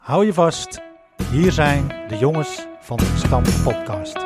Hou je vast, hier zijn de jongens van de Stam Podcast.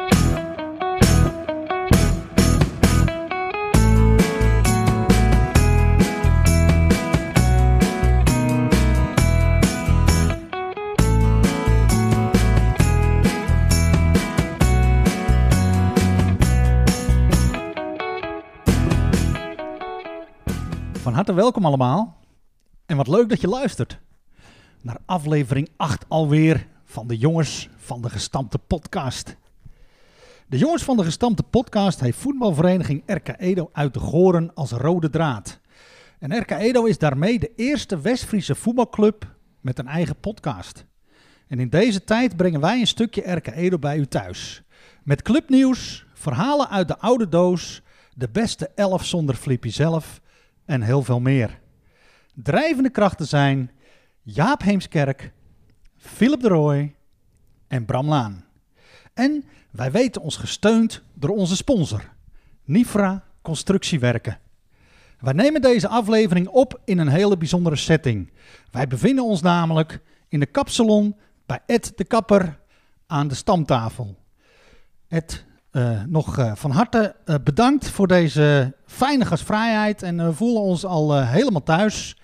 Van harte welkom allemaal en wat leuk dat je luistert naar aflevering 8 alweer van de Jongens van de Gestampte Podcast. De Jongens van de Gestampte Podcast heeft voetbalvereniging RK Edo uit de Goren als rode draad. En RK Edo is daarmee de eerste West-Friese voetbalclub met een eigen podcast. En in deze tijd brengen wij een stukje RK Edo bij u thuis. Met clubnieuws, verhalen uit de oude doos, de beste 11 zonder Flippy zelf en heel veel meer. Drijvende krachten zijn Jaap Heemskerk, Philip de Rooij en Bram Laan. En wij weten ons gesteund door onze sponsor, Nifra Constructiewerken. Wij nemen deze aflevering op in een hele bijzondere setting. Wij bevinden ons namelijk in de kapsalon bij Ed de Kapper aan de stamtafel. Ed, nog van harte bedankt voor deze fijne gastvrijheid en we voelen ons al helemaal thuis.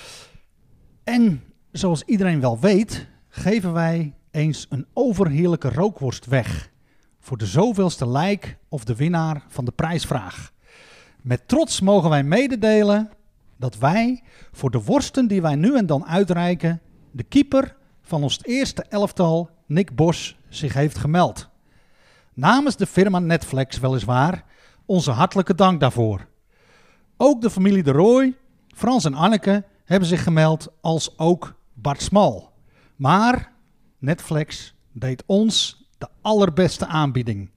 En zoals iedereen wel weet, geven wij eens een overheerlijke rookworst weg voor de zoveelste lijk of de winnaar van de prijsvraag. Met trots mogen wij mededelen dat wij voor de worsten die wij nu en dan uitreiken, de keeper van ons eerste elftal, Nick Bos, zich heeft gemeld. Namens de firma Netflix weliswaar, onze hartelijke dank daarvoor. Ook de familie de Rooij, Frans en Anneke hebben zich gemeld als ook Bart Smal. Maar Netflix deed ons de allerbeste aanbieding.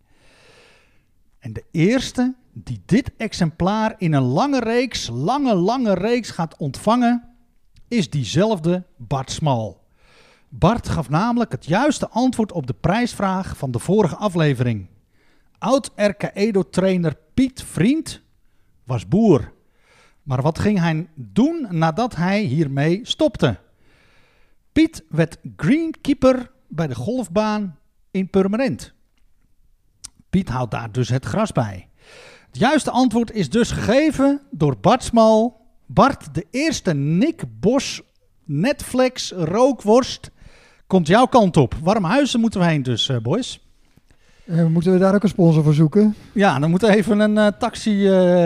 En de eerste die dit exemplaar in een lange reeks gaat ontvangen, is diezelfde Bart Smal. Bart gaf namelijk het juiste antwoord op de prijsvraag van de vorige aflevering. Oud-RK Edo-trainer Piet Vriend was boer. Maar wat ging hij doen nadat hij hiermee stopte? Piet werd greenkeeper bij de golfbaan in Purmerend. Piet houdt daar dus het gras bij. Het juiste antwoord is dus gegeven door Bart Smal. Bart, de eerste Nick Bos Netflix rookworst komt jouw kant op. Warmhuizen moeten we heen dus, boys. Moeten we daar ook een sponsor voor zoeken? Ja, dan moeten we even een taxi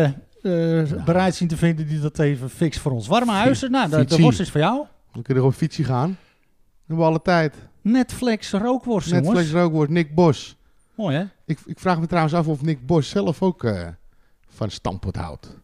bereid zien te vinden die dat even fixt voor ons. Warmhuizen, nou, de worst is voor jou. Dan kun je er op fietsie gaan. Dan hebben we alle tijd. Netflix rookworst, Netflix jongens. rookworst, Nick Bos. Mooi, hè? Ik vraag me trouwens af of Nick Bos zelf ook van stamppot houdt.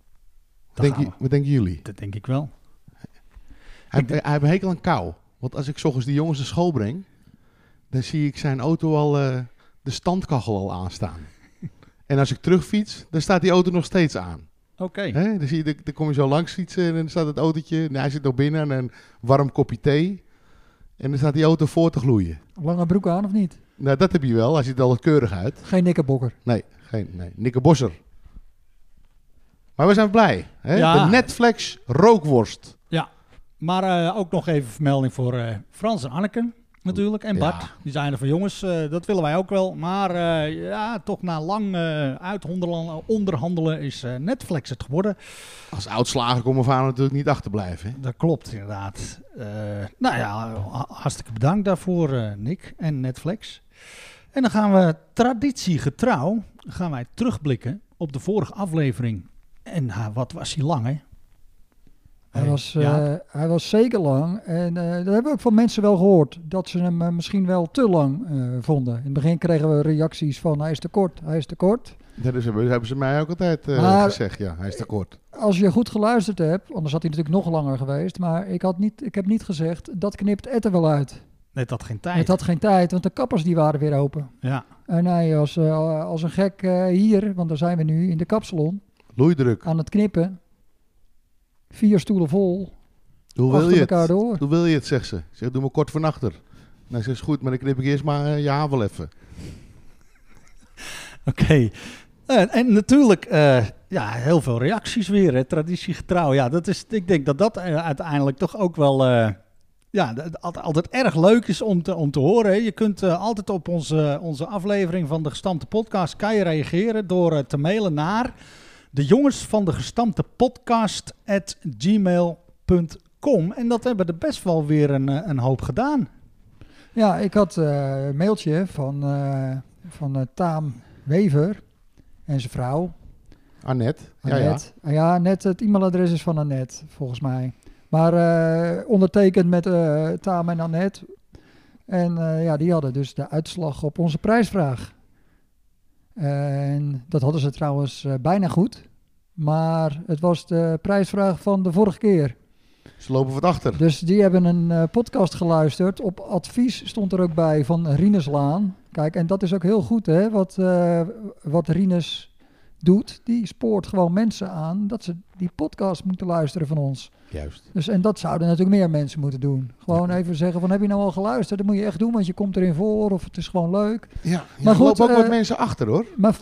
Wat denken jullie? Dat denk ik wel. Hij heeft een hekel aan kou. Want als ik 's ochtends die jongens naar school breng, dan zie ik zijn auto al, de standkachel al aanstaan. En als ik terugfiets, dan staat die auto nog steeds aan. Oké. Dan kom je zo langs fietsen en dan staat het autootje, hij zit nog binnen en een warm kopje thee. En dan staat die auto voor te gloeien. Lange broek aan of niet? Nou, dat heb je wel. Hij ziet er al keurig uit. Geen nikkerbokker. Nee. Nikke Bosser. Maar we zijn blij. Hè? Ja. De Netflix rookworst. Ja, maar ook nog even vermelding voor Frans en Anneke natuurlijk. En Bart. Ja. Die zijn er van jongens, dat willen wij ook wel. Maar toch na lang onderhandelen is Netflix het geworden. Als oudslager komen we van natuurlijk niet achterblijven. Hè? Dat klopt inderdaad. Hartstikke bedankt daarvoor Nick en Netflix. En dan gaan we traditiegetrouw terugblikken op de vorige aflevering. En wat was hij lang, hè? Hij was zeker lang. En dat hebben we ook van mensen wel gehoord. Dat ze hem misschien wel te lang vonden. In het begin kregen we reacties van hij is te kort. Ja, dus hebben ze mij ook altijd gezegd. Ja, hij is te kort. Als je goed geluisterd hebt, anders had hij natuurlijk nog langer geweest. Maar ik heb niet gezegd, dat knipt Ed er wel uit. Het had geen tijd. Het had geen tijd, want de kappers die waren weer open. Ja. En hij als een gek hier, want daar zijn we nu in de kapsalon. Loeidruk. Aan het knippen. 4 stoelen vol. Hoe wil je elkaar het? door. Hoe wil je het, zegt ze. Ik zeg, doe me kort van achter. Nou, zegt ze, goed, maar dan knip ik eerst maar je haar wel even. Oké. En natuurlijk heel veel reacties weer, hè, traditiegetrouw. Ja, ik denk dat uiteindelijk toch ook wel altijd erg leuk is om te horen. Hè. Je kunt altijd op onze aflevering van de Gestampte Podcast kan je reageren door te mailen naar de jongens van de Gestampte Podcast @gmail.com. En dat hebben er best wel weer een hoop gedaan. Ja, ik had een mailtje van Taam Wever en zijn vrouw. Annette. Annette. Ja, net het e-mailadres is van Annette, volgens mij. Maar ondertekend met Taam en Annette. En die hadden dus de uitslag op onze prijsvraag. En dat hadden ze trouwens bijna goed. Maar het was de prijsvraag van de vorige keer. Ze lopen wat achter. Dus die hebben een podcast geluisterd. Op advies stond er ook bij van Rinus Laan. Kijk, en dat is ook heel goed, hè, wat Rinus doet. Die spoort gewoon mensen aan dat ze die podcast moeten luisteren van ons. Juist. Dus, en dat zouden natuurlijk meer mensen moeten doen. Gewoon even zeggen van, heb je nou al geluisterd? Dat moet je echt doen, want je komt erin voor of het is gewoon leuk. Ja, Maar er goed, lopen ook wat mensen achter, hoor. Maar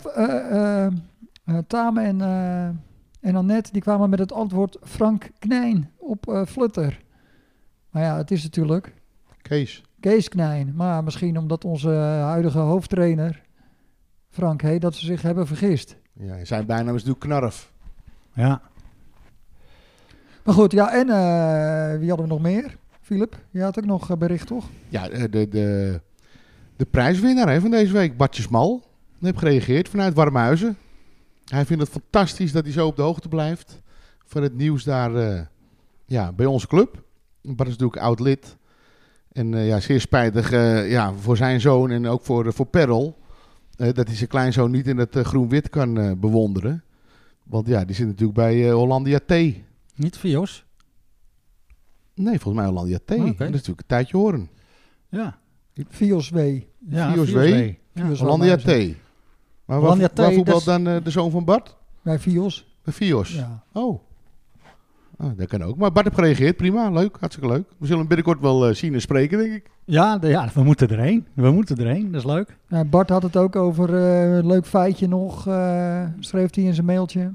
Tame en Annette, die kwamen met het antwoord Frank Knijn op Flutter. Maar ja, het is natuurlijk Kees Knijn. Maar misschien omdat onze huidige hoofdtrainer, Frank, dat ze zich hebben vergist. Ja, zijn bijnaam is natuurlijk Knarf. Ja. Maar goed, ja, en wie hadden we nog meer? Philip, jij had ook nog bericht, toch? Ja, de prijswinnaar van deze week, Bartje Smal, heeft gereageerd vanuit Warmhuizen. Hij vindt het fantastisch dat hij zo op de hoogte blijft van het nieuws daar bij onze club. Bart is natuurlijk oud lid. En zeer spijtig voor zijn zoon en ook voor Perrel. Dat hij zijn kleinzoon niet in het groen-wit kan bewonderen. Want ja, die zit natuurlijk bij Hollandia T. Niet Vios? Nee, volgens mij Hollandia T. Okay. Dat is natuurlijk een tijdje horen. Ja. Vios W. Ja, Vios W. Ja. Hollandia T. Maar Hollandia T, waar voetbalt dus... dan de zoon van Bart? Bij Vios. Bij Vios. Ja. Oh, dat kan ook. Maar Bart heeft gereageerd. Prima, leuk. Hartstikke leuk. We zullen hem binnenkort wel zien en spreken, denk ik. Ja, we moeten erheen. Dat is leuk. Ja, Bart had het ook over een leuk feitje nog, schreef hij in zijn mailtje.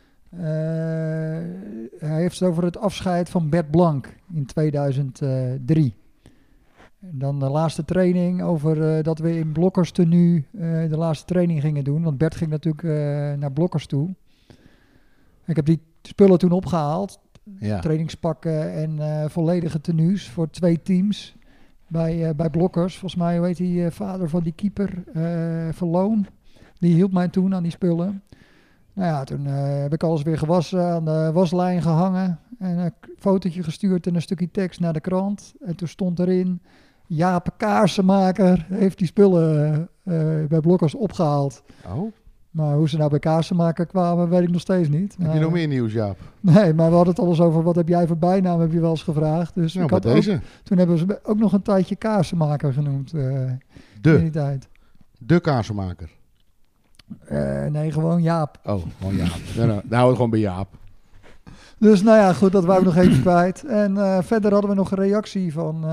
Hij heeft het over het afscheid van Bert Blank in 2003. En dan de laatste training over dat we in Blokkers tenue de laatste training gingen doen. Want Bert ging natuurlijk naar Blokkers toe. Ik heb die spullen toen opgehaald. Ja. Trainingspakken en volledige tenues voor 2 teams bij Blokkers. Volgens mij, hoe heet die vader van die keeper, Verloon. Die hielp mij toen aan die spullen. Nou ja, toen heb ik alles weer gewassen, aan de waslijn gehangen. En een fotootje gestuurd en een stukje tekst naar de krant. En toen stond erin, Jaap Kaarsenmaker heeft die spullen bij Blokkers opgehaald. Oh. Maar hoe ze nou bij Kaarsenmaker kwamen, weet ik nog steeds niet. Heb je nog meer nieuws, Jaap? Nee, maar we hadden het alles over, wat heb jij voor bijnaam, heb je wel eens gevraagd. Dus Nou, ik had deze. Toen hebben ze ook nog een tijdje Kaarsenmaker genoemd. In die tijd. De kaarsenmaker. Nee, gewoon Jaap. Oh, gewoon Jaap. Dan houden we het gewoon bij Jaap. Dus nou ja, goed, dat wou ik nog even kwijt. En verder hadden we nog een reactie van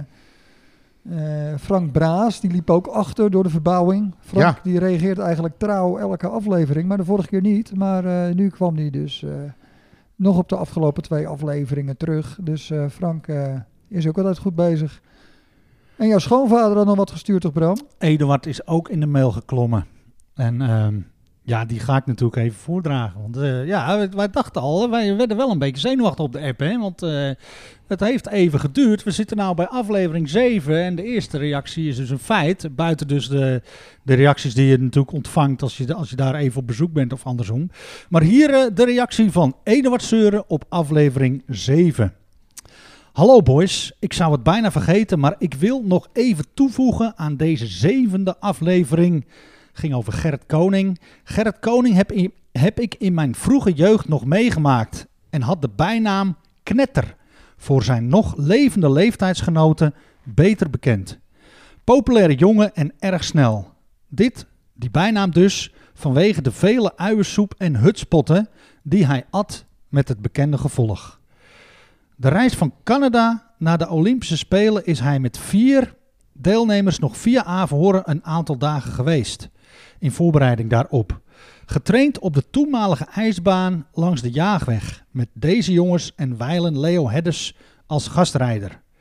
Frank Braas. Die liep ook achter door de verbouwing. Frank die reageert eigenlijk trouw elke aflevering, maar de vorige keer niet. Maar nu kwam hij dus nog op de afgelopen 2 afleveringen terug. Dus Frank is ook altijd goed bezig. En jouw schoonvader had nog wat gestuurd, toch Bram? Eduard is ook in de mail geklommen. En die ga ik natuurlijk even voordragen. Want wij dachten al, wij werden wel een beetje zenuwachtig op de app. Hè? Want het heeft even geduurd. We zitten nu bij aflevering 7 en de eerste reactie is dus een feit. Buiten dus de reacties die je natuurlijk ontvangt als je daar even op bezoek bent of andersom. Maar hier de reactie van Eduard Seuren op aflevering 7. Hallo boys, ik zou het bijna vergeten, maar ik wil nog even toevoegen aan deze 7e aflevering. Ging over Gerrit Koning. Gerrit Koning heb ik in mijn vroege jeugd nog meegemaakt en had de bijnaam Knetter, voor zijn nog levende leeftijdsgenoten beter bekend. Populaire jongen en erg snel. Die bijnaam dus, vanwege de vele uiensoep en hutspotten die hij at met het bekende gevolg. De reis van Canada naar de Olympische Spelen is hij met 4 deelnemers nog via Averhoorn een aantal dagen geweest. In voorbereiding daarop. Getraind op de toenmalige ijsbaan langs de Jaagweg. Met deze jongens en wijlen Leo Heddes als gastrijder.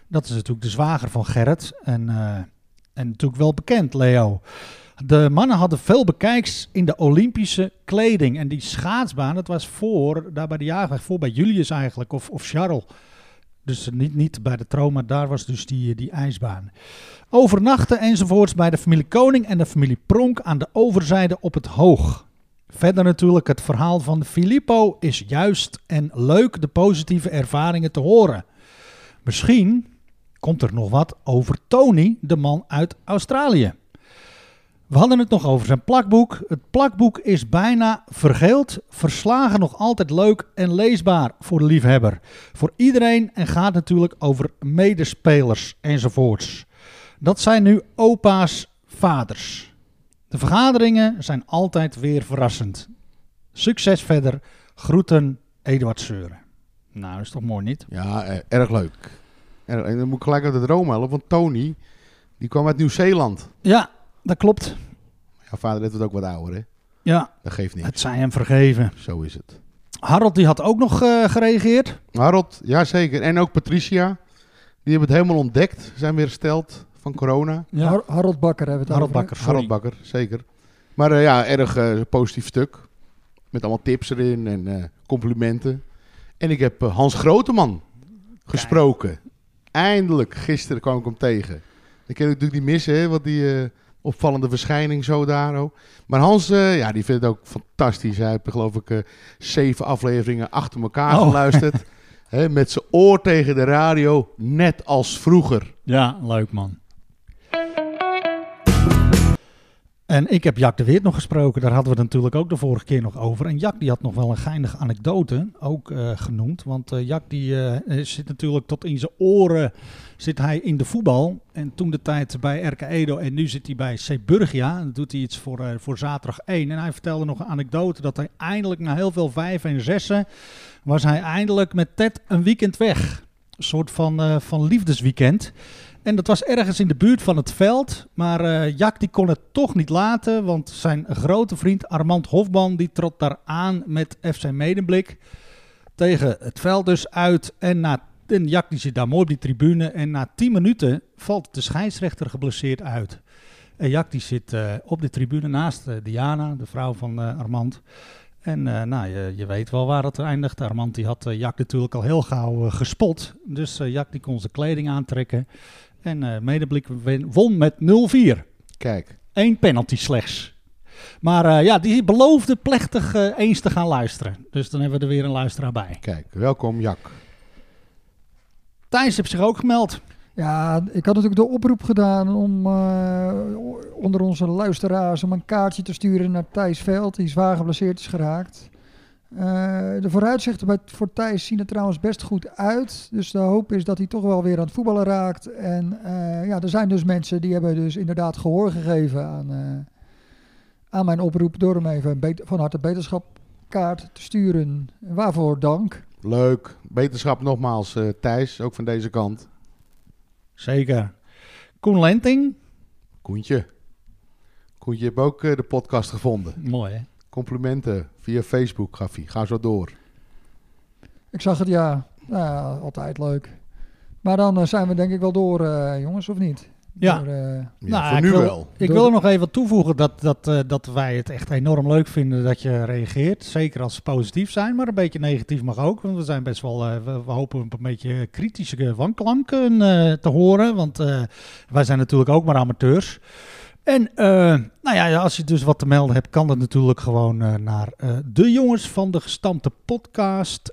Dat is natuurlijk de zwager van Gerrit. En natuurlijk wel bekend, Leo. De mannen hadden veel bekijks in de Olympische kleding. En die schaatsbaan, dat was daar bij de Jaagweg, voor bij Julius eigenlijk, of Charles. Dus niet bij de Trouw, maar daar was dus die ijsbaan. Overnachten enzovoorts bij de familie Koning en de familie Pronk aan de overzijde op het Hoog. Verder natuurlijk het verhaal van Filippo is juist en leuk de positieve ervaringen te horen. Misschien komt er nog wat over Tony, de man uit Australië. We hadden het nog over zijn plakboek. Het plakboek is bijna vergeeld, verslagen nog altijd leuk en leesbaar voor de liefhebber. Voor iedereen en gaat natuurlijk over medespelers enzovoorts. Dat zijn nu opa's vaders. De vergaderingen zijn altijd weer verrassend. Succes verder. Groeten, Eduard Seuren. Nou, dat is toch mooi niet? Ja, erg leuk. En dan moet ik gelijk uit de droom helpen, want Tony, die kwam uit Nieuw-Zeeland. Ja, dat klopt. Ja, vader heeft het ook wat ouder, hè? Ja, Dat geeft niks. het zij hem vergeven. Zo is het. Harold die had ook nog gereageerd. Harold, ja zeker. En ook Patricia. Die hebben het helemaal ontdekt. Ze zijn weer hersteld van corona. Ja. Harold Bakker hebben we het Harold over, hè? Bakker, sorry. Harold Bakker, zeker. Maar erg positief stuk. Met allemaal tips erin en complimenten. En ik heb Hans Groteman gesproken. Eindelijk, gisteren kwam ik hem tegen. Dat kan ik natuurlijk niet missen, hè, want die opvallende verschijning zo daar. Oh. Maar Hans, die vindt het ook fantastisch. Hij heeft geloof ik 7 afleveringen achter elkaar geluisterd. Hè, met zijn oor tegen de radio, net als vroeger. Ja, leuk man. En ik heb Jack de Weert nog gesproken. Daar hadden we het natuurlijk ook de vorige keer nog over. En Jack die had nog wel een geinige anekdote ook genoemd. Want Jack die zit natuurlijk tot in zijn oren zit hij in de voetbal. En toen de tijd bij RK Edo en nu zit hij bij Zeeburgia. Dan doet hij iets voor zaterdag 1. En hij vertelde nog een anekdote dat hij eindelijk na heel veel 5 en 6'en was hij eindelijk met Ted een weekend weg. Een soort van liefdesweekend. En dat was ergens in de buurt van het veld. Maar Jack die kon het toch niet laten. Want zijn grote vriend Armand Hofman die trad daar aan met FC Medemblik. Tegen het veld dus uit. En Jack die zit daar mooi op die tribune. En na 10 minuten valt de scheidsrechter geblesseerd uit. En Jack die zit op de tribune naast Diana, de vrouw van Armand. En je weet wel waar het eindigt. Armand die had Jack natuurlijk al heel gauw gespot. Dus Jack die kon zijn kleding aantrekken. En Medemblik won met 0-4. Kijk. 1 penalty slechts. Maar die beloofde plechtig eens te gaan luisteren. Dus dan hebben we er weer een luisteraar bij. Kijk, welkom Jack. Thijs heeft zich ook gemeld. Ja, ik had natuurlijk de oproep gedaan om onder onze luisteraars om een kaartje te sturen naar Thijs Veld, die zwaar geblesseerd is geraakt. De vooruitzichten voor Thijs zien er trouwens best goed uit. Dus de hoop is dat hij toch wel weer aan het voetballen raakt. En er zijn dus mensen die hebben dus inderdaad gehoor gegeven aan mijn oproep door hem even van harte beterschapkaart te sturen. Waarvoor dank. Leuk. Beterschap nogmaals Thijs, ook van deze kant. Zeker. Koen Lenting. Koentje heeft ook de podcast gevonden. Mooi hè? Complimenten via Facebook gaf hij. Ga zo door. Ik zag het, ja. Nou ja, altijd leuk. Maar dan zijn we denk ik wel door, jongens, of niet? Ja. Voor nu wel. Ik wil er nog even toevoegen dat wij het echt enorm leuk vinden dat je reageert. Zeker als ze positief zijn, maar een beetje negatief mag ook. Want we zijn best wel, we hopen een beetje kritische wanklanken te horen. Want wij zijn natuurlijk ook maar amateurs. En als je dus wat te melden hebt, kan dat natuurlijk gewoon naar de jongens van de gestampte podcast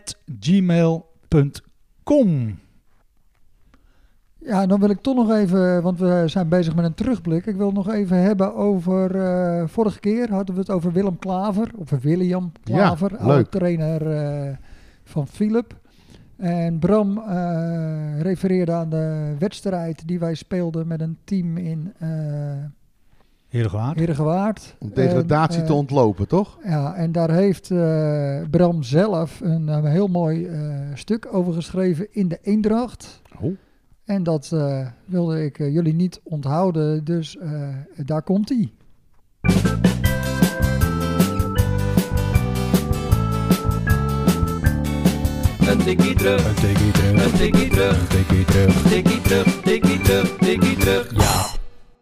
@gmail.com. Ja, dan wil ik toch nog even, want we zijn bezig met een terugblik. Ik wil nog even hebben over, vorige keer hadden we het over Willem Klaver, over William Klaver, Ja, oude leuk. trainer van Philip. En Bram refereerde aan de wedstrijd die wij speelden met een team in Heerdegewaard. Om degradatie te ontlopen, toch? Ja, en daar heeft Bram zelf een heel mooi stuk over geschreven in de Eendracht. Oh. En dat wilde ik jullie niet onthouden, dus daar komt-ie. Een tikkie terug, Een tikkie terug. een tikkie terug, Een tikkie terug. tikkie terug, tikkie terug, tikkie terug. Ja.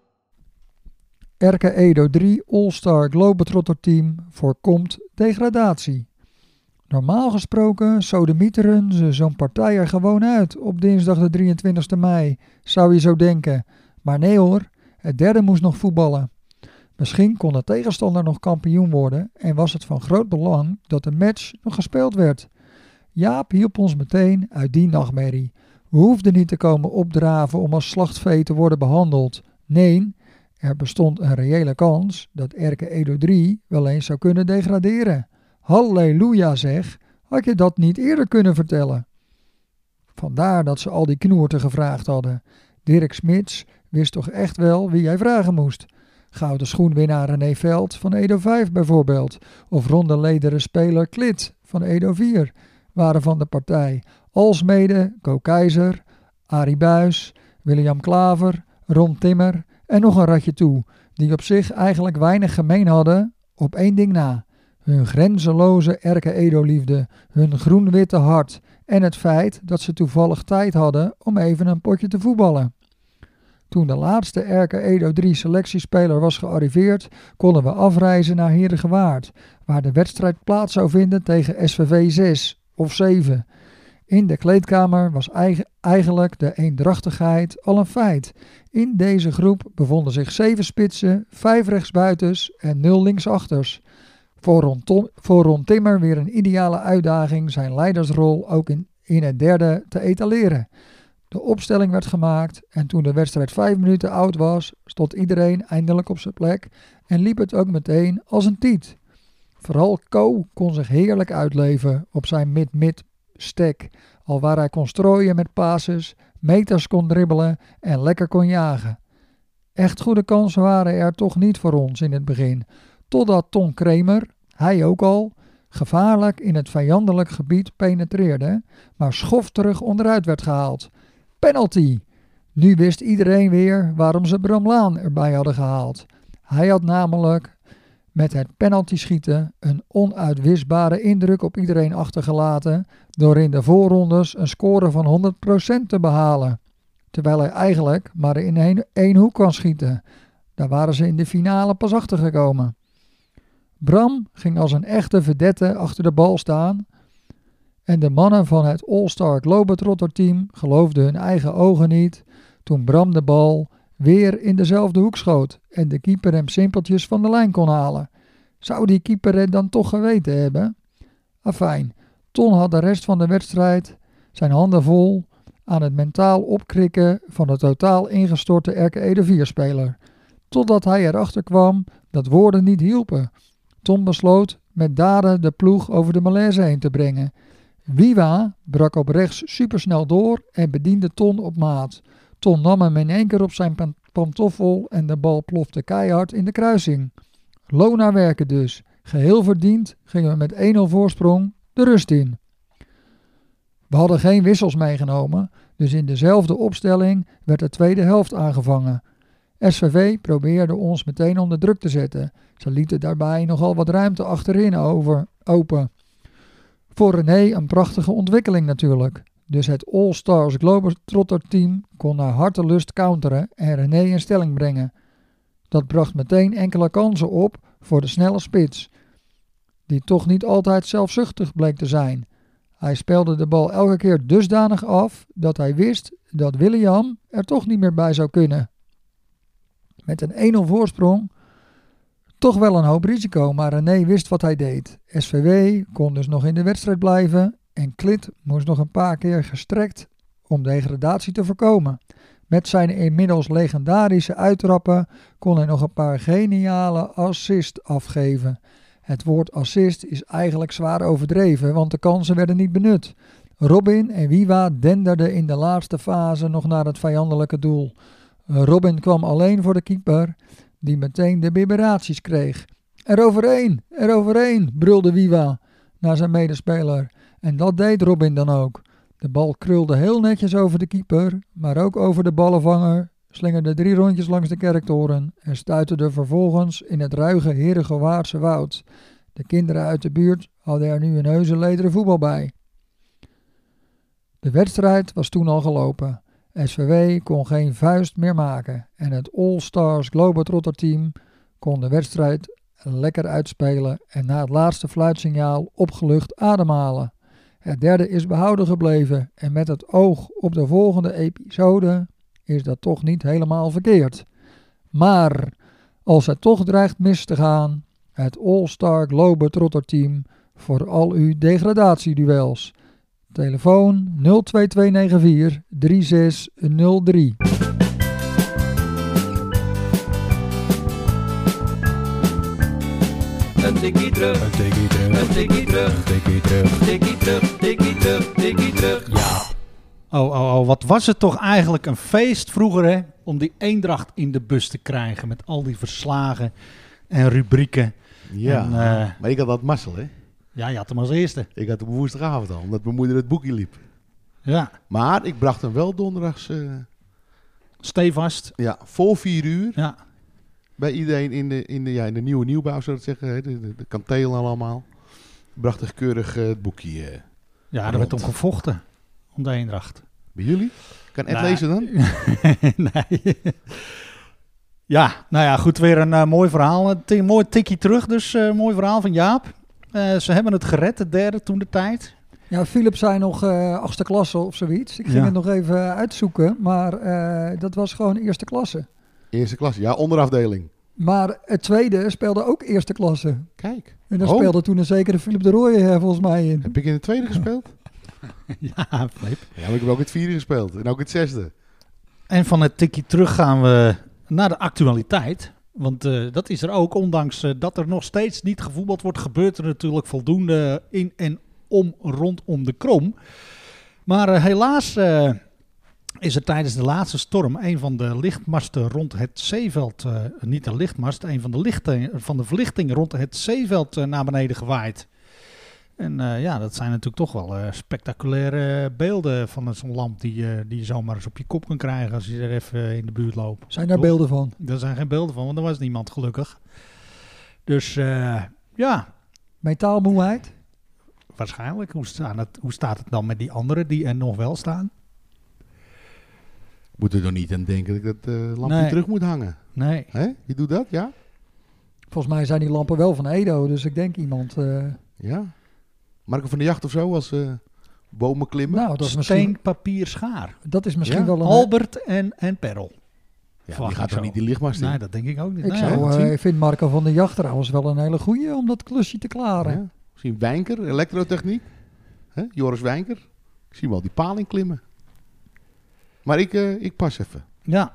RK Edo 3 All-Star Globetrotter team voorkomt degradatie. Normaal gesproken sodemieteren ze zo'n partij er gewoon uit op dinsdag de 23e mei, zou je zo denken. Maar nee hoor, het derde moest nog voetballen. Misschien kon de tegenstander nog kampioen worden en was het van groot belang dat de match nog gespeeld werd. Jaap hielp ons meteen uit die nachtmerrie. We hoefden niet te komen opdraven om als slachtvee te worden behandeld. Nee, er bestond een reële kans dat RK Edo 3 wel eens zou kunnen degraderen. Halleluja zeg, had je dat niet eerder kunnen vertellen? Vandaar dat ze al die knoerten gevraagd hadden. Dirk Smits wist toch echt wel wie hij vragen moest. Gouden schoenwinnaar René Veld van Edo 5 bijvoorbeeld. Of ronde lederen speler Klit van Edo 4 waren van de partij. Alsmede Co Keizer, Arie Buis, William Klaver, Ron Timmer en nog een ratje toe. Die op zich eigenlijk weinig gemeen hadden op één ding na. Hun grenzeloze RK Edo-liefde, hun groen-witte hart en het feit dat ze toevallig tijd hadden om even een potje te voetballen. Toen de laatste RK Edo 3 selectiespeler was gearriveerd, konden we afreizen naar Heerdegewaard, waar de wedstrijd plaats zou vinden tegen SVV 6 of 7. In de kleedkamer was eigenlijk de eendrachtigheid al een feit. In deze groep bevonden zich 7 spitsen, 5 rechtsbuitens en 0 linksachters. Voor Ron Timmer weer een ideale uitdaging zijn leidersrol ook in het derde te etaleren. De opstelling werd gemaakt en toen de wedstrijd 5 minuten oud was, stond iedereen eindelijk op zijn plek en liep het ook meteen als een tiet. Vooral Co kon zich heerlijk uitleven op zijn mid-mid stek, alwaar hij kon strooien met passes, meters kon dribbelen en lekker kon jagen. Echt goede kansen waren er toch niet voor ons in het begin, totdat Ton Kremer, hij ook al, gevaarlijk in het vijandelijk gebied penetreerde, maar schofterig onderuit werd gehaald. Penalty! Nu wist iedereen weer waarom ze Bram Laan erbij hadden gehaald. Hij had namelijk met het penalty schieten een onuitwisbare indruk op iedereen achtergelaten door in de voorrondes een score van 100% te behalen. Terwijl hij eigenlijk maar in één hoek kan schieten. Daar waren ze in de finale pas achter gekomen. Bram ging als een echte vedette achter de bal staan en de mannen van het All-Star Globetrotter team geloofden hun eigen ogen niet toen Bram de bal weer in dezelfde hoek schoot en de keeper hem simpeltjes van de lijn kon halen. Zou die keeper het dan toch geweten hebben? Afijn, Ton had de rest van de wedstrijd zijn handen vol aan het mentaal opkrikken van de totaal ingestorte RK Edo 4-speler. Totdat hij erachter kwam dat woorden niet hielpen. Ton besloot met daden de ploeg over de malaise heen te brengen. Wiwa brak op rechts supersnel door en bediende Ton op maat. Ton nam hem in één keer op zijn pantoffel en de bal plofte keihard in de kruising. Loon naar werken dus. Geheel verdiend gingen we met 1-0 voorsprong de rust in. We hadden geen wissels meegenomen, dus in dezelfde opstelling werd de tweede helft aangevangen. SVV probeerde ons meteen onder druk te zetten. Ze lieten daarbij nogal wat ruimte achterin open. Voor René een prachtige ontwikkeling natuurlijk. Dus het All-Stars Globetrotter team kon naar hartelust counteren en René in stelling brengen. Dat bracht meteen enkele kansen op voor de snelle spits, die toch niet altijd zelfzuchtig bleek te zijn. Hij speelde de bal elke keer dusdanig af dat hij wist dat William er toch niet meer bij zou kunnen. Met een 1-0 voorsprong, toch wel een hoop risico, maar René wist wat hij deed. SVW kon dus nog in de wedstrijd blijven en Klit moest nog een paar keer gestrekt om degradatie te voorkomen. Met zijn inmiddels legendarische uittrappen kon hij nog een paar geniale assists afgeven. Het woord assist is eigenlijk zwaar overdreven, want de kansen werden niet benut. Robin en Wiwa denderden in de laatste fase nog naar het vijandelijke doel. Robin kwam alleen voor de keeper, die meteen de biberaties kreeg. Eroverheen, brulde Wiwa naar zijn medespeler. En dat deed Robin dan ook. De bal krulde heel netjes over de keeper, maar ook over de ballenvanger, slingerde 3 rondjes langs de kerktoren en stuiterde vervolgens in het ruige Heerdegewaardse woud. De kinderen uit de buurt hadden er nu een heuse lederen voetbal bij. De wedstrijd was toen al gelopen. SVW kon geen vuist meer maken en het All-Stars Globetrotter team kon de wedstrijd lekker uitspelen en na het laatste fluitsignaal opgelucht ademhalen. Het derde is behouden gebleven en met het oog op de volgende episode is dat toch niet helemaal verkeerd. Maar als het toch dreigt mis te gaan, het All-Star Globetrotter team voor al uw degradatieduels. Telefoon 02294 3603. Een tikkie terug, een tikkie terug, een tikkie terug, een tikkie terug, tikkie terug, tikkie terug, tikkie terug. Ja. Oh, wat was het toch eigenlijk een feest vroeger, hè? Om die Eendracht in de bus te krijgen met al die verslagen en rubrieken. Ja, En, maar ik had dat mazzel, hè. ja, je had hem als eerste. Ik had hem woensdagavond al, omdat mijn moeder het boekje liep. Ja, Maar ik bracht hem wel donderdags stevast. voor 4 uur Ja, bij iedereen in de nieuwe nieuwbouw, zou ik zeggen. Hè, de kantelen allemaal. Bracht ik keurig het boekje ja, daar rond. werd om gevochten. Om de Eendracht. Bij jullie. Kan Ed Nou, lezen dan? Nee. Ja, nou ja, goed, weer een mooi verhaal. Een mooi tikkie terug, dus mooi verhaal van Jaap. Ze hebben het gered, het derde toen de tijd. Ja, Philip zei nog 8e klasse of zoiets. Ik ging Ja. het nog even uitzoeken, maar dat was gewoon eerste klasse. Eerste klas, ja, onderafdeling. Maar het tweede speelde ook eerste klasse. Kijk. En daar Oh. speelde toen een zekere Philip de Rooij volgens mij in. Heb ik in de tweede gespeeld? Ja, Flip. Ja, maar ik heb ook het vierde gespeeld. En ook het zesde. En van het tikkie terug gaan we naar de actualiteit. Want dat is er ook, ondanks dat er nog steeds niet gevoetbald wordt, gebeurt er natuurlijk voldoende in en rondom de Krom. Maar helaas is er tijdens de laatste storm een van de lichtmasten rond het zeeveld, niet de lichtmast, een van de verlichtingen rond het zeeveld naar beneden gewaaid. En ja, dat zijn natuurlijk toch wel spectaculaire beelden van zo'n lamp die je zomaar eens op je kop kan krijgen als je er even in de buurt loopt. Zijn daar Toch? beelden van? Daar zijn geen beelden van, want er was niemand gelukkig. Dus ja, Metaalmoeheid? waarschijnlijk. Hoe staat het dan met die anderen die er nog wel staan? Moet er toch niet aan denken dat ik dat lampje Nee. terug moet hangen? Nee. Hè? Wie doet dat? Ja? Volgens mij zijn die lampen wel van Edo, dus ik denk iemand... Ja. Marco van der Jacht of zo als bomen klimmen? nou, dat is misschien, Steen, papier, schaar. dat is misschien Ja? wel een... Albert en Perl. ja, verwacht die gaat ik toch zo. niet die lichtmast in? Nee, dat denk ik ook niet. Ik Nee, zou, dat zie ik. ik vind Marco van der Jacht trouwens wel een hele goeie om dat klusje te klaren. Ja. Misschien Wijnker, elektrotechniek. Hè? Joris Wijnker. Ik zie wel die paling klimmen. Maar ik pas even. Ja.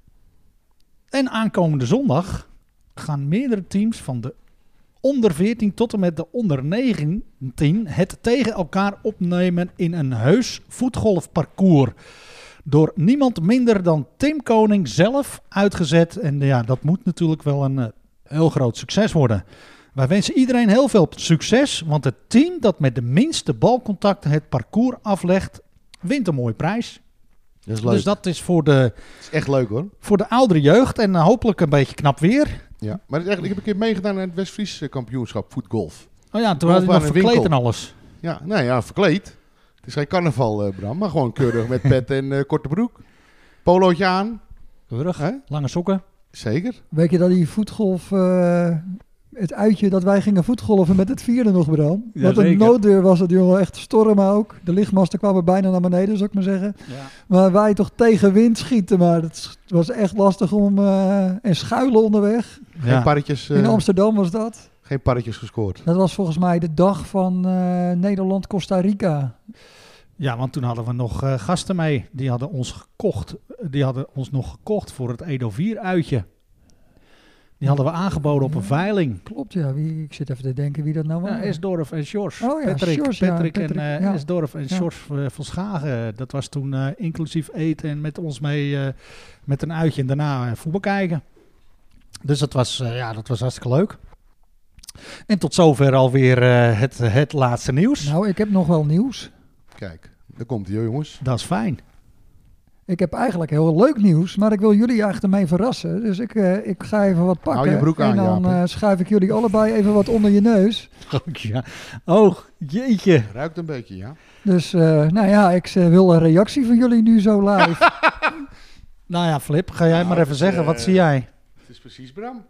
En aankomende zondag gaan meerdere teams van de onder 14 tot en met de onder 19 het tegen elkaar opnemen in een heus voetgolfparcours. Door niemand minder dan Tim Koning zelf uitgezet. En ja, dat moet natuurlijk wel een heel groot succes worden. Wij wensen iedereen heel veel succes, want het team dat met de minste balcontacten het parcours aflegt, wint een mooie prijs. Dat is leuk. Dus dat is voor de is echt leuk hoor. oudere jeugd en hopelijk een beetje knap weer. Ja. Maar het is echt, ik heb een keer meegedaan aan het West-Fries kampioenschap voetgolf. Oh ja, toen Golf had hij aan nog een verkleed winkel. en alles. Ja, nou ja, verkleed. Het is geen carnaval, Bram, maar gewoon keurig met pet en korte broek. Polootje aan. Keurig, Hè? lange sokken. Zeker. Weet je dat die voetgolf... het uitje dat wij gingen voetgolven met het vierde nog, Bram. Ja, Wat een zeker. nooddeur was het, jongen. Echt storm ook. De lichtmasten kwamen bijna naar beneden, zou ik maar zeggen. Ja. Maar wij toch tegen wind schieten. Maar het was echt lastig om... en schuilen onderweg. Geen parretjes, In Amsterdam was dat. geen parretjes gescoord. Dat was volgens mij de dag van Nederland-Costa Rica. Ja, want toen hadden we nog gasten mee. Die hadden ons gekocht. Die hadden ons nog gekocht voor het Edo 4 uitje. Die hadden we aangeboden op een veiling. Klopt, ja. Ik zit even te denken wie dat nou was. Ja, Esdorf en Sjors. Oh ja, Patrick, Sjors, ja, Patrick en Patrick, ja. Esdorf en Ja. Sjors van Schagen. Dat was toen inclusief eten en met ons mee met een uitje en daarna voetbal kijken. Dus dat was hartstikke leuk. En tot zover alweer het laatste nieuws. Nou, ik heb nog wel nieuws. Kijk, daar komt hij, jongens. Dat is fijn. Ik heb eigenlijk heel leuk nieuws, maar ik wil jullie eigenlijk ermee verrassen. Dus ik ga even wat pakken. Hou je broek aan, en dan Jaap, hè? schuif ik jullie allebei even wat onder je neus. Oh, ja. Oh, jeetje. Ruikt een beetje, ja. Dus ik wil een reactie van jullie nu zo live. Nou ja, Flip, ga jij maar even zeggen. Wat zie jij? Het is precies Bram.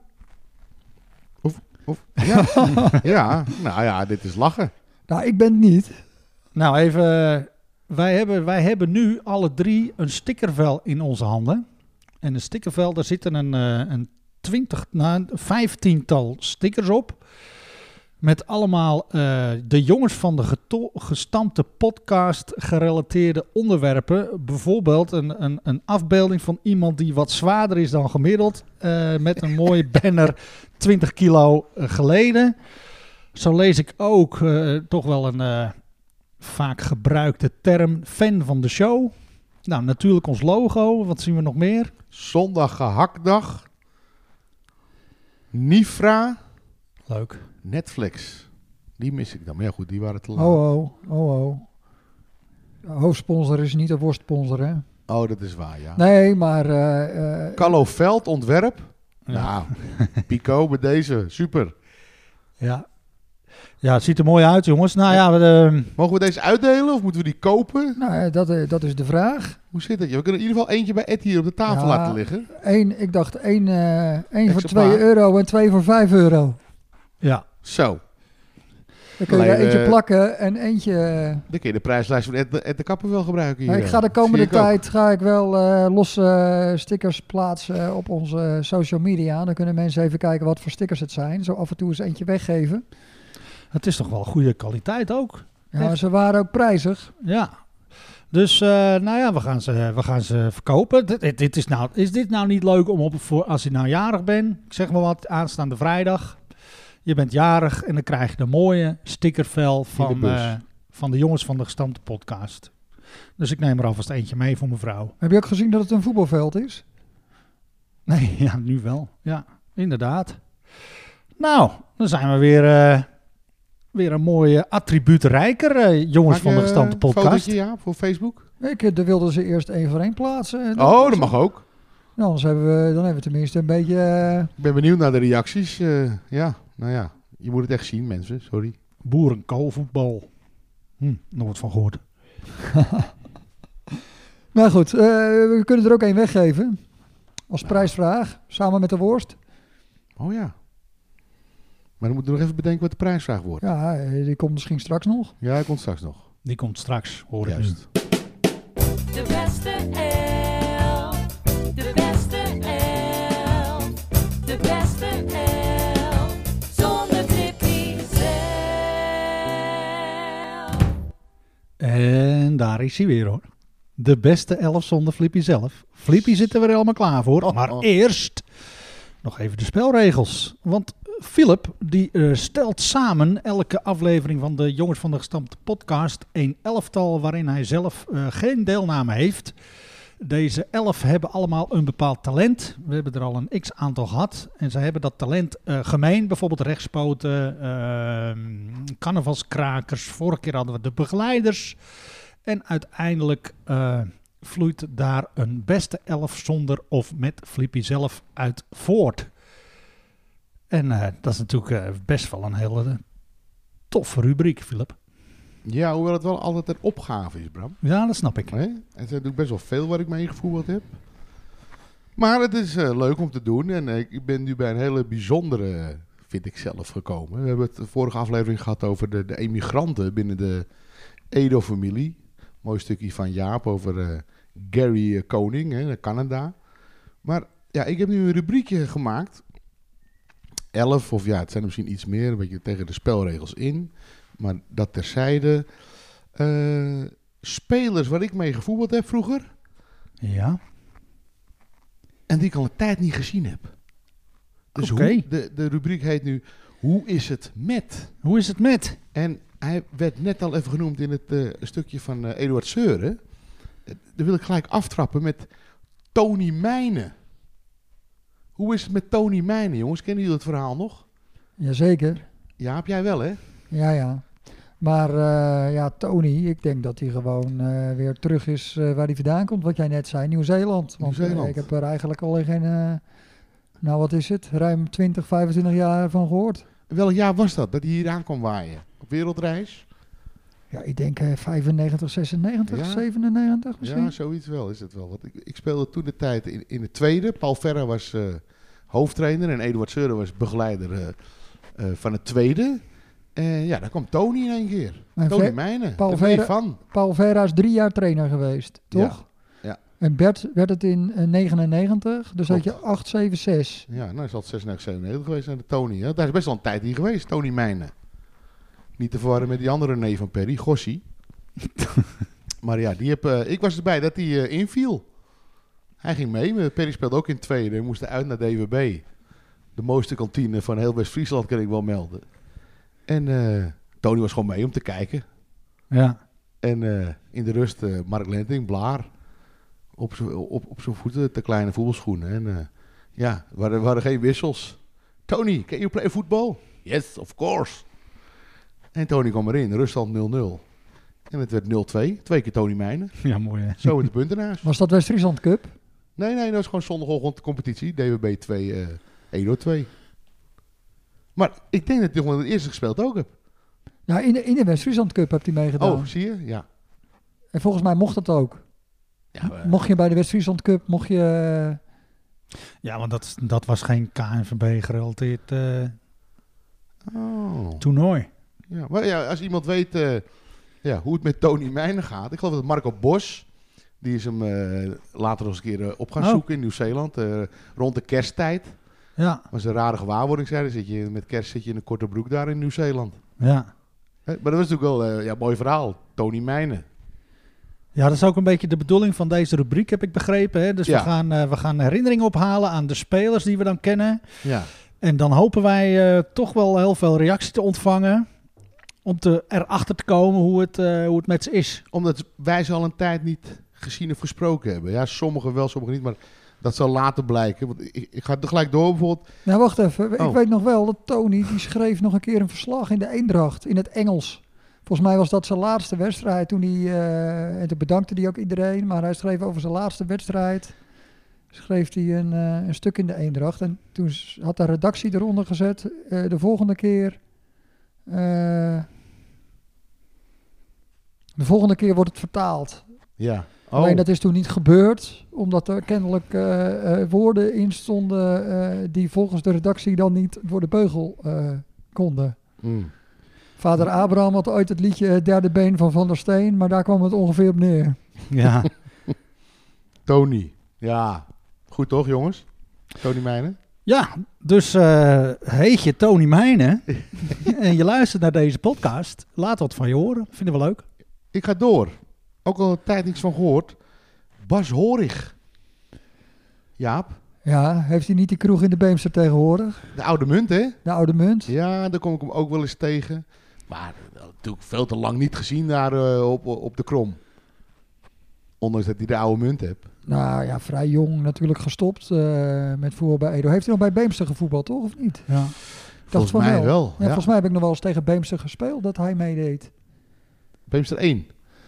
Ja. Ja, nou ja, dit is lachen. Nou, ik ben het niet. Nou, even. Wij hebben nu alle 3 een stickervel in onze handen. En een stickervel, daar zitten een 15-tal stickers op. Met allemaal de jongens van de gestampte podcast gerelateerde onderwerpen. Bijvoorbeeld een afbeelding van iemand die wat zwaarder is dan gemiddeld. Met een mooie banner 20 kilo geleden. Zo lees ik ook toch wel een vaak gebruikte term, fan van de show. Nou, natuurlijk ons logo. Wat zien we nog meer? Zondag gehaktdag. Nifra. Leuk. Netflix. Die mis ik dan. Maar ja, goed, die waren te laat. Hoofdsponsor is niet een worstsponsor, hè? Oh, dat is waar, ja. Nee, maar... Callo Veld, ontwerp. Ja. Nou, Pico met deze. Super. Ja. Ja, het ziet er mooi uit, jongens. Nou ja, Mogen we deze uitdelen of moeten we die kopen? Nou, dat is de vraag. Hoe zit het? We kunnen in ieder geval eentje bij Ed hier op de tafel Ja, laten liggen. Ik dacht één voor Exemplaar. €2 en 2 voor €5. ja. Zo. Dan kun je er Alleen, eentje plakken en eentje... Dan kun je de prijslijst van Ed de Kapper wel gebruiken hier. ik ga de komende Zie ik ook. tijd wel losse stickers plaatsen op onze social media. Dan kunnen mensen even kijken wat voor stickers het zijn. Zo af en toe eens eentje weggeven. Het is toch wel goede kwaliteit ook. Ja, maar ze waren ook prijzig. Ja. Dus, we gaan ze verkopen. Is dit nou niet leuk om voor als je nou jarig bent, ik zeg maar wat, aanstaande vrijdag. Je bent jarig en dan krijg je de mooie stickervel van de jongens van de gestampte podcast. Dus ik neem er alvast eentje mee voor mijn vrouw. Heb je ook gezien dat het een voetbalveld is? Nee, ja, nu wel. Ja, inderdaad. Nou, dan zijn we weer een mooie attribuut rijker, jongens van de gestampte podcast. Fotootje, ja, voor Facebook? Daar wilden ze eerst 1 voor 1 plaatsen. Dat mag ook. Nou, anders hebben we tenminste een beetje... Ik ben benieuwd naar de reacties. Ja, nou ja, je moet het echt zien, mensen. Sorry. Boerenkoolvoetbal. Nooit van gehoord. Nou goed, we kunnen er ook 1 weggeven. Als prijsvraag, samen met de worst. Oh ja. Maar dan moeten we nog even bedenken wat de prijsvraag wordt. Ja, die komt misschien straks nog. Ja, hij komt straks nog. Die komt straks, hoor ik nu. Juist. De beste elf. De beste elf. De beste elf. Zonder Flippy zelf. En daar is hij weer, hoor. De beste 11 zonder Flippy zelf. Flippy zit er weer helemaal klaar voor. Maar eerst nog even de spelregels. Want Philip die stelt samen elke aflevering van de Jongens van de Gestampte podcast een elftal waarin hij zelf geen deelname heeft. Deze 11 hebben allemaal een bepaald talent. We hebben er al een x-aantal gehad. En zij hebben dat talent gemeen. Bijvoorbeeld rechtspoten, carnavalskrakers. Vorige keer hadden we de begeleiders. En uiteindelijk vloeit daar een beste 11 zonder of met Flippy zelf uit voort. En dat is natuurlijk best wel een hele toffe rubriek, Philip. Ja, hoewel het wel altijd een opgave is, Bram. Ja, dat snap ik. Nee? En er is natuurlijk best wel veel waar ik mee gevoetbald heb. Maar het is leuk om te doen. En ik ben nu bij een hele bijzondere, vind ik zelf, gekomen. We hebben het de vorige aflevering gehad over de emigranten binnen de Edo-familie. Mooi stukje van Jaap over Gary Koning, hè, Canada. Maar ja, ik heb nu een rubriekje gemaakt. 11, of ja, het zijn er misschien iets meer, een beetje tegen de spelregels in. Maar dat terzijde. Spelers waar ik mee gevoetbald heb vroeger. Ja. En die ik al een tijd niet gezien heb. Dus Oké. de rubriek heet nu, hoe is het met? Hoe is het met? En hij werd net al even genoemd in het stukje van Eduard Seuren. Daar wil ik gelijk aftrappen met Tony Meijnen. Hoe is het met Tony Meijnen, jongens? Kennen jullie het verhaal nog? Jazeker. Ja, heb jij wel, hè? Ja. Maar Tony, ik denk dat hij gewoon weer terug is waar hij vandaan komt. Wat jij net zei, Nieuw-Zeeland. Want Nieuw-Zeeland. ik heb er eigenlijk al geen, wat is het, ruim 20, 25 jaar van gehoord. Welk jaar was dat hij hier aan kwam waaien? Op wereldreis? Ja, ik denk 95, 96, Ja. 97 misschien. Ja, zoiets wel is het wel. Want ik speelde toen de tijd in het tweede. Paul Verra was hoofdtrainer en Eduard Seuren was begeleider van het tweede. En ja, daar kwam Tony in één keer. En Tony Ver- Meijnen. Paul Daar ben je Verra- van. Paul Verra is 3 jaar trainer geweest, toch? Ja. En Bert werd het in 99, dus had Klopt. je 8, 7, 6. Ja, nou is al 96, 97 geweest aan de Tony. Hè? Daar is best wel een tijd in geweest, Tony Meijnen. Niet te verwarren met die andere neef van Perry, Gossie. Maar ja, ik was erbij dat hij inviel. Hij ging mee. Perry speelde ook in het tweede. We moesten uit naar DWB. De mooiste kantine van heel West-Friesland, kan ik wel melden. En Tony was gewoon mee om te kijken. Ja. En in de rust Mark Lenting, Blaar. Op zijn voeten, te kleine voetbalschoenen. En ja, er waren geen wissels. Tony, can you play football? Yes, of course. En Tony kwam erin, ruststand 0-0. En het werd 0-2. 2 keer Tony Meijnen. Ja, mooi hè. Zo in de punten naar huis. Was dat West-Friesland Cup? Nee, dat was gewoon zondagochtend competitie. DWB 2, Edo 2. Maar ik denk dat hij gewoon het eerste gespeeld ook heb. Ja, in de West-Friesland Cup hebt hij meegedaan. Oh, zie je? Ja. En volgens mij mocht dat ook. Ja, Mocht je bij de West-Friesland Cup, mocht je... Ja, want dat was geen KNVB gerelateerd oh. toernooi. Ja, maar ja, als iemand weet hoe het met Tony Meijnen gaat. Ik geloof dat Marco Bos, die is hem later nog eens een keer op gaan Oh. zoeken in Nieuw-Zeeland. Rond de kersttijd. Ja, Was een rare gewaarwording, zei hij. Met kerst zit je in een korte broek daar in Nieuw-Zeeland. ja. Maar dat was natuurlijk wel een mooi verhaal. Tony Meijnen. Ja, dat is ook een beetje de bedoeling van deze rubriek, heb ik begrepen. Hè? Dus Ja. we gaan herinneringen ophalen aan de spelers die we dan kennen. Ja. En dan hopen wij toch wel heel veel reactie te ontvangen. Om erachter te komen hoe het met ze is. Omdat wij ze al een tijd niet gezien of gesproken hebben. Ja, sommigen wel, sommigen niet. Maar dat zal later blijken. Want ik ga er gelijk door bijvoorbeeld. Nou, wacht even. Ik Oh. weet nog wel dat Tony, die schreef nog een keer een verslag in de Eendracht, in het Engels. Volgens mij was dat zijn laatste wedstrijd. Toen en toen bedankte hij ook iedereen. Maar hij schreef over zijn laatste wedstrijd. Schreef hij een stuk in de Eendracht. En toen had de redactie eronder gezet. De volgende keer... de volgende keer wordt het vertaald. Ja. Alleen dat is toen niet gebeurd, omdat er kennelijk woorden in stonden die volgens de redactie dan niet door de beugel konden. Mm. Vader Abraham had ooit het liedje Het derde been van Van der Steen, maar daar kwam het ongeveer op neer. Ja, Tony. Ja. Goed toch, jongens? Tony Meijnen. ja dus heet je Tony Meijnen en je luistert naar deze podcast. Laat wat van je horen. Vinden we leuk. Ik ga door. Ook al een tijd niks van gehoord. Bas Horig. Jaap. Ja, heeft hij niet die kroeg in de Beemster tegenwoordig? De oude munt, hè? De oude munt? Ja, daar kom ik hem ook wel eens tegen. Maar natuurlijk veel te lang niet gezien daar op de Krom. Ondanks dat hij de oude munt heeft. Nou ja, vrij jong natuurlijk gestopt met voetbal bij Edo. Heeft hij nog bij Beemster gevoetbald, toch? Of niet? Ja. Volgens van mij wel. wel. Ja, Ja. volgens mij heb ik nog wel eens tegen Beemster gespeeld dat hij meedeed. Beemster 1.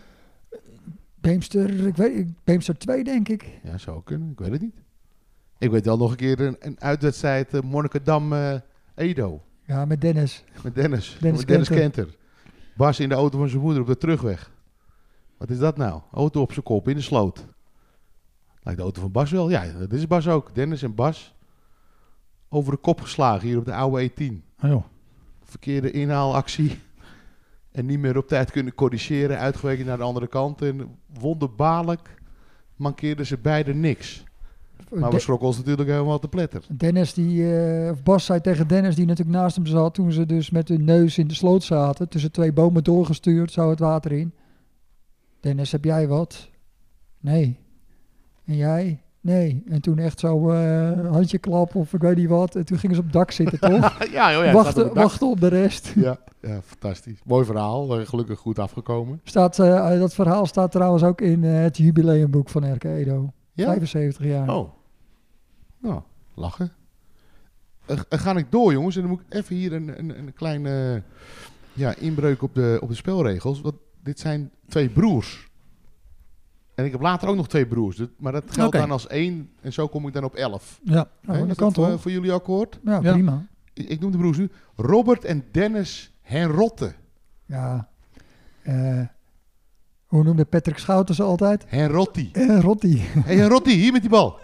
Beemster 2, denk ik. Ja, zou kunnen. Ik weet het niet. Ik weet wel nog een keer een uitwedstrijd Monnikendam-Edo. Ja, met Dennis. Met Dennis. Dennis Met Dennis Kenter. Kenter. Bas in de auto van zijn moeder op de terugweg. Wat is dat nou? Auto op zijn kop in de sloot. Lijkt de auto van Bas wel. Ja, dat is Bas ook. Dennis en Bas. Over de kop geslagen hier op de oude E10. Oh, joh. Verkeerde inhaalactie. En niet meer op tijd kunnen corrigeren. Uitgeweken naar de andere kant. En wonderbaarlijk mankeerden ze beide niks. Maar we schrokken ons natuurlijk helemaal te pletter. Dennis of Bas zei tegen Dennis, die natuurlijk naast hem zat, toen ze dus met hun neus in de sloot zaten, tussen 2 bomen doorgestuurd, zo het water in. Dennis, heb jij wat? Nee. En jij? Nee. En toen echt zo handje klap of ik weet niet wat. En toen gingen ze op het dak zitten, toch? Ja, joh, ja, staat op het dak. wachten op de rest. Ja, fantastisch. Mooi verhaal. Gelukkig goed afgekomen. Dat verhaal staat trouwens ook in het jubileumboek van RK Edo. Ja? 75 jaar. Oh. Nou, lachen. Ga ik door, jongens. En dan moet ik even hier een kleine inbreuk op de spelregels. Want dit zijn 2 broers. En ik heb later ook nog 2 broers. Maar dat geldt dan als 1. En zo kom ik dan op 11. Ja. Nou, Hè, dat is kan dat toch? voor jullie akkoord? Ja, Ja. prima. Ik noem de broers nu. Robert en Dennis Henrotte. Ja. Hoe noemde Patrick Schouten ze altijd? En Rotti. Rotti. Hé, Rotti, hier met die bal.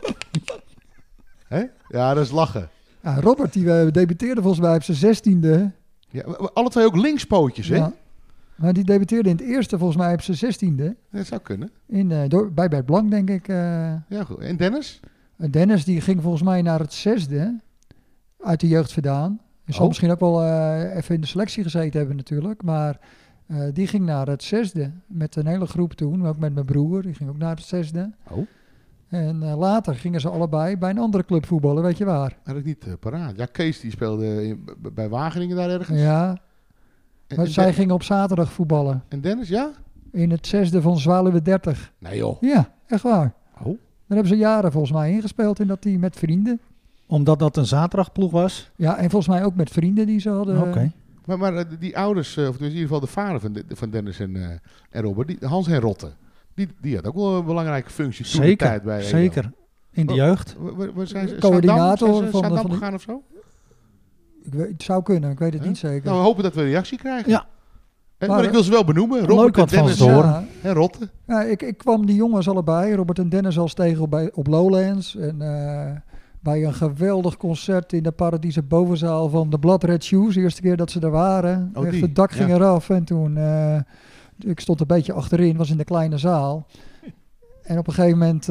Hè? Ja, dat is lachen. Ja, Robert, die debuteerde volgens mij op zijn 16e. Ja, alle twee ook linkspootjes, hè? Ja. Maar die debuteerde in het eerste volgens mij op zijn 16e. Dat zou kunnen. Bij Bert Blank, denk ik. Ja, goed. En Dennis? Dennis die ging volgens mij naar het 6e uit de jeugd vandaan. Hij zal Oh. misschien ook wel even in de selectie gezeten hebben natuurlijk. Maar die ging naar het 6e met een hele groep toen. Ook met mijn broer, die ging ook naar het 6e. Oh, En later gingen ze allebei bij een andere club voetballen, weet je waar? had ik niet paraat. Ja, Kees die speelde bij Wageningen daar ergens. Ja, En, maar en zij Den- gingen op zaterdag voetballen. en Dennis, ja? In het 6e van Zwaluwe 30. Nee joh. Ja, echt waar. Oh. Daar hebben ze jaren volgens mij ingespeeld in dat team met vrienden. Omdat dat een zaterdagploeg was? Ja, en volgens mij ook met vrienden die ze hadden. Oké. Maar die ouders, of in ieder geval de vader van Dennis en Robert, Hans en Rotte, die had ook wel een belangrijke functie toen de tijd bij Zeker, zeker. In de Oh. jeugd. Waar zijn ze? Coördinator Zijn ze van Zaandam de- gegaan of zo? Het zou kunnen, ik weet het Huh? niet zeker. Nou, we hopen dat we een reactie krijgen. Ja. Maar ik wil ze wel benoemen. Leuk Robert en wat van Dennis ze te horen. Ja, en Rotte. ja, ik kwam die jongens allebei, Robert en Dennis, als tegen op Lowlands. En bij een geweldig concert in de Paradiese bovenzaal van de Blood Red Shoes. De eerste keer dat ze er waren. Oh, Echt, die, het dak ging ja. eraf en toen... ik stond een beetje achterin, was in de kleine zaal. En op een gegeven moment...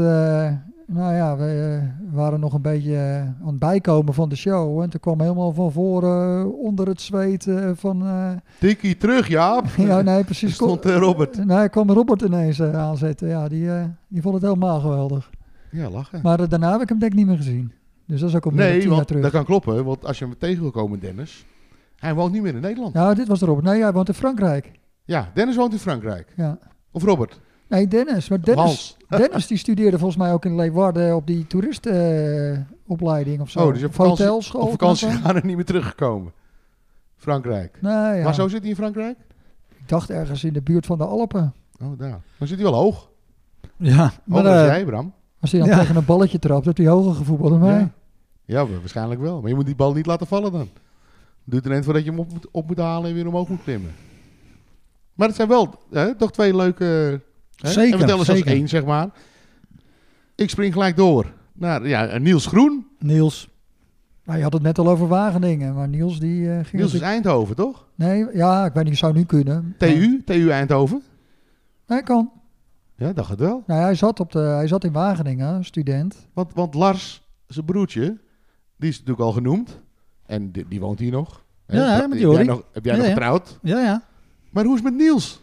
we waren nog een beetje aan het bijkomen van de show. En toen kwam helemaal van voren onder het zweet van... Tikkie terug, Jaap. ja, nee, Er precies. stond Robert. Nee, kwam Robert ineens aanzetten. Ja, die vond het helemaal geweldig. Ja, lachen. Maar daarna heb ik hem denk ik niet meer gezien. Dus dat is ook al meer dan 10 Nee, jaar want terug. dat kan kloppen. Want als je hem tegen wil komen, Dennis, hij woont niet meer in Nederland. Ja, dit was Robert. Nee, hij woont in Frankrijk. Ja, Dennis woont in Frankrijk. Ja. Of Robert. Nee, Dennis. Maar Dennis die studeerde volgens mij ook in Leeuwarden op die toeristenopleiding of zo. Oh, dus Of hotelschool. op vakantie of zo. gaan en niet meer teruggekomen. Frankrijk. Nee, ja. Maar zo zit hij in Frankrijk? Ik dacht ergens in de buurt van de Alpen. Oh, daar. Dan zit hij wel hoog. Ja, maar Hoger als jij, Bram. Als hij dan Ja. tegen een balletje trapt, heeft hij hoger gevoetbald dan mij. Ja. Ja, waarschijnlijk wel. Maar je moet die bal niet laten vallen dan. Duurt er net voordat je hem op moet halen en weer omhoog moet klimmen. Maar het zijn wel toch twee leuke... Hè? Zeker, En vertel eens als zeker. één, zeg maar. Ik spring gelijk door naar Niels Groen. Niels. Nou, je had het net al over Wageningen, maar Niels die ging... Niels is natuurlijk- Eindhoven, toch? Nee, ja, ik weet niet, zou nu kunnen. TU Eindhoven. Nee, kan. Ja, dacht het wel. Nou, hij zat in Wageningen, student. Want Lars, zijn broertje, die is natuurlijk al genoemd. En die woont hier nog. Hè? Ja, met Heb jij Jorie. Heb jij Ja, nog ja. getrouwd? Ja, ja. Maar hoe is het met Niels?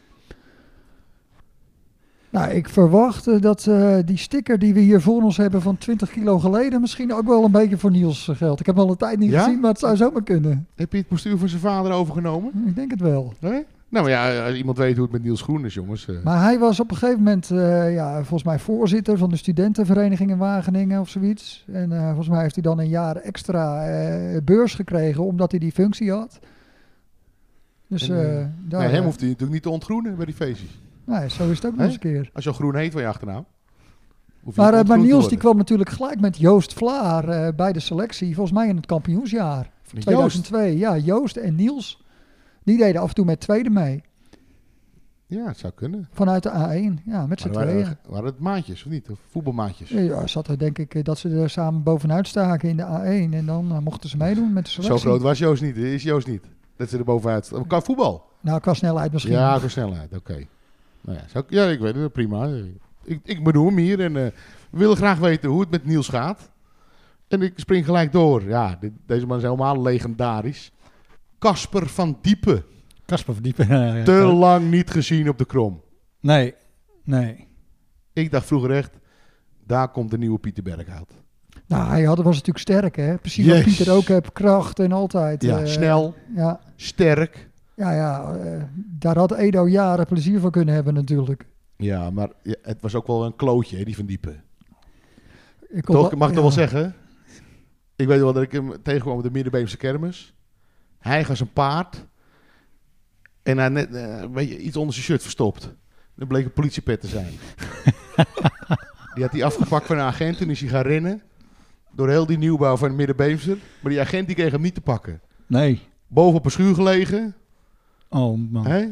Nou, ik verwacht dat die sticker die we hier voor ons hebben van 20 kilo geleden misschien ook wel een beetje voor Niels geldt. Ik heb hem al een tijd niet Ja? gezien, maar het zou zomaar kunnen. Heb je het bestuur van zijn vader overgenomen? Ik denk het wel. Nee? Nou, maar ja, als iemand weet hoe het met Niels Groen is, jongens. Maar hij was op een gegeven moment volgens mij voorzitter van de studentenvereniging in Wageningen of zoiets. En volgens mij heeft hij dan een jaar extra beurs gekregen omdat hij die functie had. Dus En, daar, nee, hem hoeft hij natuurlijk niet te ontgroenen bij die feestjes. nee, zo is het ook nog Hè? eens een keer. Als je al groen heet van je achternaam. hoef je Maar, niet maar ontgroend te Niels die worden. kwam natuurlijk gelijk met Joost Vlaar bij de selectie. Volgens mij in het kampioensjaar. Met 2002. Ja, Joost en Niels. Die deden af en toe met tweede mee. Ja, het zou kunnen. Vanuit de A1. Ja, met z'n Maar tweeën. waren het maatjes of niet? Of voetbalmaatjes? Ja, zat er denk ik dat ze er samen bovenuit staken in de A1. En dan mochten ze meedoen met de Zo selectie. groot was Joost niet. Is Joost niet. Dat ze er bovenuit. Qua voetbal. Nou, qua snelheid misschien. Ja, qua snelheid. Oké. Nou ja, ik weet het. Prima. Ik benoem hem hier. En we willen graag weten hoe het met Niels gaat. En ik spring gelijk door. Ja, deze man is helemaal legendarisch. Casper van Diepen. Casper Verdiepen. Ja, ja. Te lang niet gezien op de Krom. Nee, nee. Ik dacht vroeger echt, daar komt de nieuwe Pieter Berghout. Nou, hij was natuurlijk sterk, hè. Precies wat Yes. Pieter ook heeft. Kracht en altijd. Ja, snel, Ja, sterk. daar had Edo jaren plezier van kunnen hebben natuurlijk. Ja, maar het was ook wel een klootje, hè, die van Diepen. Ik kon Toch, mag ik toch wel ja. zeggen? Ik weet wel dat ik hem tegenkwam op de Middenbeemse kermis. Hij gaat zijn paard. En hij net weet je, iets onder zijn shirt verstopt. Dat bleek een politiepet te zijn. Die had hij afgepakt van een agent en is hij gaan rennen. Door heel die nieuwbouw van de Middenbeemster. Maar die agent die kreeg hem niet te pakken. Nee. Boven op een schuur gelegen. Oh man. Hè?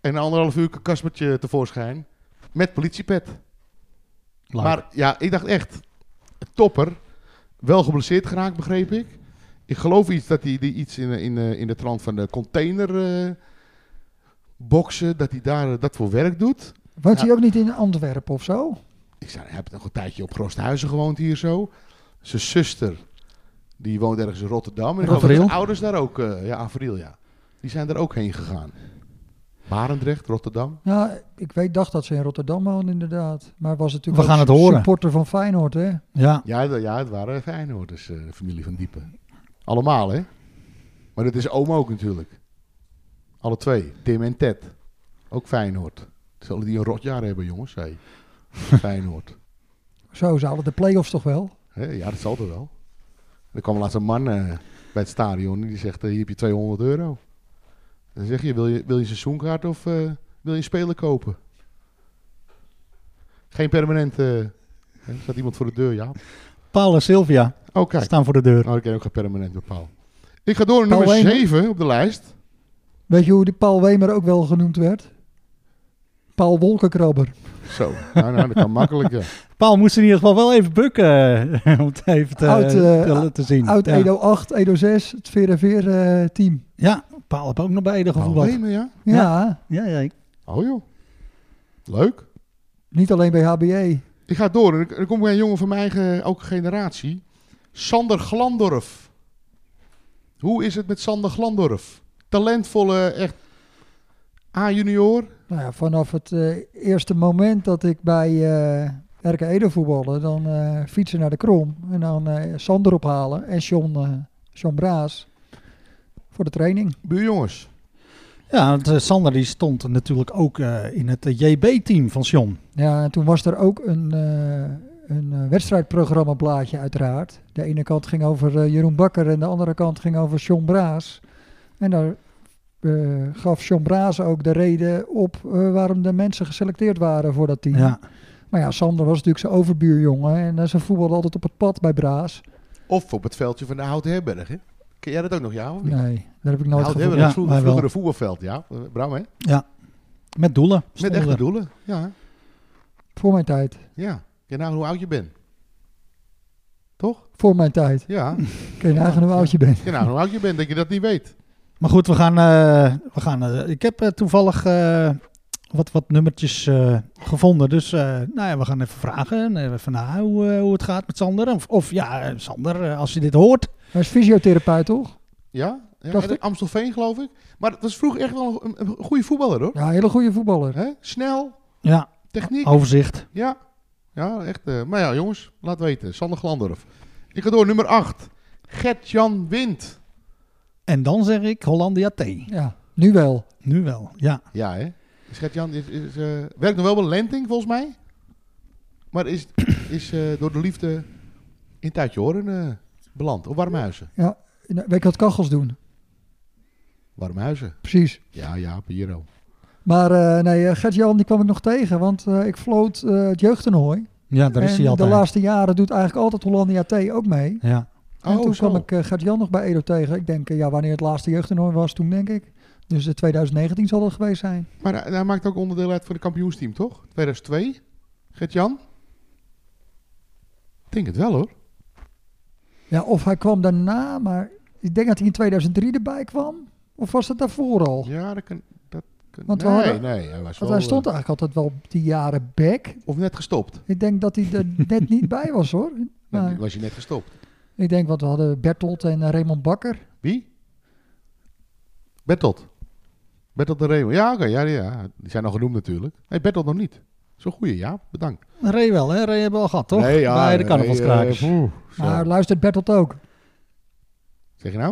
En na 1,5 uur een Kaspertje tevoorschijn. Met politiepet. Leuk. Maar ja, ik dacht echt, topper. Wel geblesseerd geraakt, begreep ik. Ik geloof iets dat hij iets in de trant van de container boksen, dat hij daar dat voor werk doet. Woont Ja. hij ook niet in Antwerpen of zo? Ik zei, hij heeft nog een tijdje op Grosthuizen gewoond hier zo. Zijn zuster, die woont ergens in Rotterdam. En ik geloof dat Avril? zijn ouders daar ook, Avril, ja. Die zijn er ook heen gegaan. Barendrecht, Rotterdam. Ja, ik dacht dat ze in Rotterdam woonde inderdaad. Maar was natuurlijk We gaan ook het horen. supporter van Feyenoord, hè? Ja, Ja, het waren Feyenoorders, de familie van Diepen. Allemaal, hè? Maar dat is oom ook natuurlijk. Alle twee, Tim en Ted. Ook Feyenoord. Zullen die een rotjaar hebben, jongens? Hey. Feyenoord. Zo, ze hadden de play-offs toch wel? Hè, ja, dat zal er wel. Er kwam laatst een man bij het stadion en die zegt, hier heb je €200. Dan zeg je, wil je een seizoenkaart of wil je een speler kopen? Geen permanent. Hè? Staat iemand voor de deur, ja? Paul en Sylvia Oh, kijk. staan voor de deur. Nou, ik ken ook geen permanent bepaal. Ik ga door naar Paul nummer Wemer? 7 op de lijst. Weet je hoe die Paul Wemer ook wel genoemd werd? Paul Wolkenkrabber. Zo, nou, dat kan makkelijk, ja. Paul moest in ieder geval wel even bukken om het even te zien. Oud ja. Edo 8, Edo 6, het Veer en Veer team. Ja, Paul heeft ook nog bij Ede Paul gevoetbald. Wemer, ja? Ja, Ja. Oh joh. Leuk. niet alleen bij HBE. Ik ga door. En dan komt bij een jongen van mijn eigen ook generatie. Sander Glandorf. Hoe is het met Sander Glandorf? Talentvolle, echt A-junior. Nou ja, vanaf het eerste moment dat ik bij RK Edo voetbalde, dan fietsen naar de Krom en dan Sander ophalen en John Braas voor de training. Buurjongens. Ja, want, Sander die stond natuurlijk ook in het JB-team van John. Ja, en toen was er ook een wedstrijdprogramma blaadje uiteraard. De ene kant ging over Jeroen Bakker en de andere kant ging over John Braas. En daar gaf John Braas ook de reden op waarom de mensen geselecteerd waren voor dat team. Ja. Maar ja, Sander was natuurlijk zijn overbuurjongen en ze voetbalde altijd op het pad bij Braas. Of op het veldje van de Houten Herberg, hè? Ken jij dat ook nog, ja? Of niet? Nee, daar heb ik nooit Houten gevoeld. Herberg, Ja, vroeger, wij wel. vroeger een voetbalveld, ja. Bram, hè? Met doelen. Met stonden echte er. doelen, ja. Voor mijn tijd. Ja. Ken nou hoe oud je bent? Toch? Voor mijn tijd. Ja. Kun je nagaan hoe oud je bent. Ken nou hoe oud je bent, dat je dat niet weet. Maar goed, we gaan ik heb toevallig wat nummertjes gevonden. Dus nou ja, we gaan even vragen even naar hoe het gaat met Sander. Of ja, Sander, als je dit hoort. Hij is fysiotherapeut, toch? Ja? Ja, Dacht uit ik. Amstelveen, geloof ik. Maar dat was vroeger echt wel een goede voetballer, hoor. Ja, een hele goede voetballer. Hè? Snel, Ja, techniek. overzicht. Ja. Ja, echt. Maar ja, jongens, laat weten. Sander Glandorf. Ik ga door, nummer 8. Gert-Jan Wind. En dan zeg ik Hollandia T. Ja, nu wel. Nu wel, ja. Ja, hè? Gert-Jan werkt nog wel bij Lenting, volgens mij. Maar is door de liefde in Tuitjehoorn beland. Op Warmhuizen. Ja, weet je wat kachels doen? Warmhuizen. Precies. Ja, Piero. Maar nee, Gert-Jan die kwam ik nog tegen, want ik floot het jeugdtoernooi. Ja, daar is En hij altijd. de laatste jaren doet eigenlijk altijd Hollandia T ook mee. Ja. En toen zo. kwam ik Gert-Jan nog bij Edo tegen. Ik denk, ja, wanneer het laatste jeugdtoernooi was, toen denk ik. Dus 2019 zal dat geweest zijn. Maar hij maakt ook onderdeel uit van het kampioensteam, toch? 2002. Gert-Jan? Ik denk het wel, hoor. Ja, of hij kwam daarna, maar ik denk dat hij in 2003 erbij kwam. Of was het daarvoor al? Ja, dat kan... Want we nee, hadden- nee. Hij was Want wel, hij stond eigenlijk altijd wel die jaren back. of net gestopt. Ik denk dat hij er net niet bij was, hoor. Maar Dan was je net gestopt. ik denk, want we hadden Bertolt en Raymond Bakker. Wie? Bertolt. Bertolt de Reeuwen. Ja, oké. Ja. Die zijn al genoemd natuurlijk. Nee, Bertolt nog niet. Zo'n goeie, ja. Bedankt. Ray wel, hè? Ray hebben we al gehad, toch? Nee, ja, Bij de carnavalskrakers. zo. Maar luistert Bertolt ook? Zeg je nou?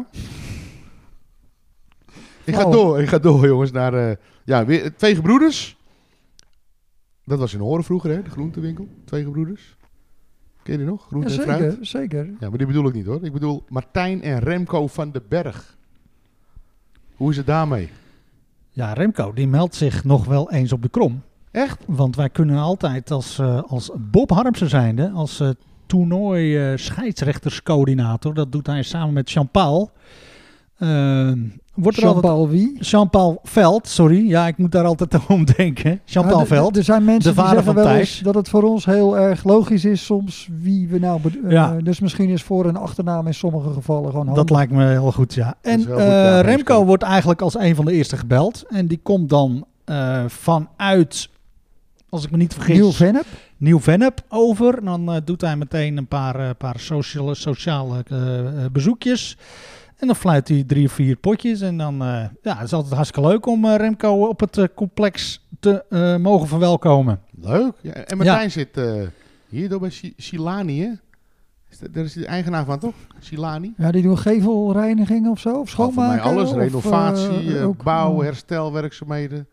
Oh. Ik ga door, jongens, naar weer Twee Gebroeders. Dat was in Horen vroeger, hè? De groentewinkel. Twee Gebroeders. Ken je die nog? Groente Ja, en fruit. zeker, zeker. Ja, maar die bedoel ik niet, hoor. Ik bedoel Martijn en Remco van den Berg. Hoe is het daarmee? Ja, Remco, die meldt zich nog wel eens op de krom. Echt? Want wij kunnen altijd als Bob Harmsen zijnde, als toernooi scheidsrechterscoördinator, dat doet hij samen met Jean-Paul, Wordt er altijd... Jean-Paul wie? Jean-Paul Veld, sorry. Ja, ik moet daar altijd om denken. Jean-Paul Ja, Veld. Er zijn mensen de die vader zeggen van wel eens Thijs. dat het voor ons heel erg logisch is soms wie we nou... Ja. Dus misschien is voor- en achternaam in sommige gevallen gewoon handig. Dat lijkt me heel goed, ja. En is heel goed, ja, Remco Remco. wordt eigenlijk als een van de eerste gebeld. En die komt dan vanuit, als ik me niet vergis, Nieuw-Vennep. Nieuw-Vennep over. En dan doet hij meteen een paar sociale bezoekjes. En dan fluit hij 3 of 4 potjes. En dan het is altijd hartstikke leuk om Remco op het complex te mogen verwelkomen. Leuk. Ja, en Martijn zit hier door bij Silani, hè? Daar is de eigenaar van, toch? Silani. Ja, die doen gevelreiniging of zo? Of Voor schoonmaken? mij alles. of, Renovatie, ook- bouw, herstelwerkzaamheden.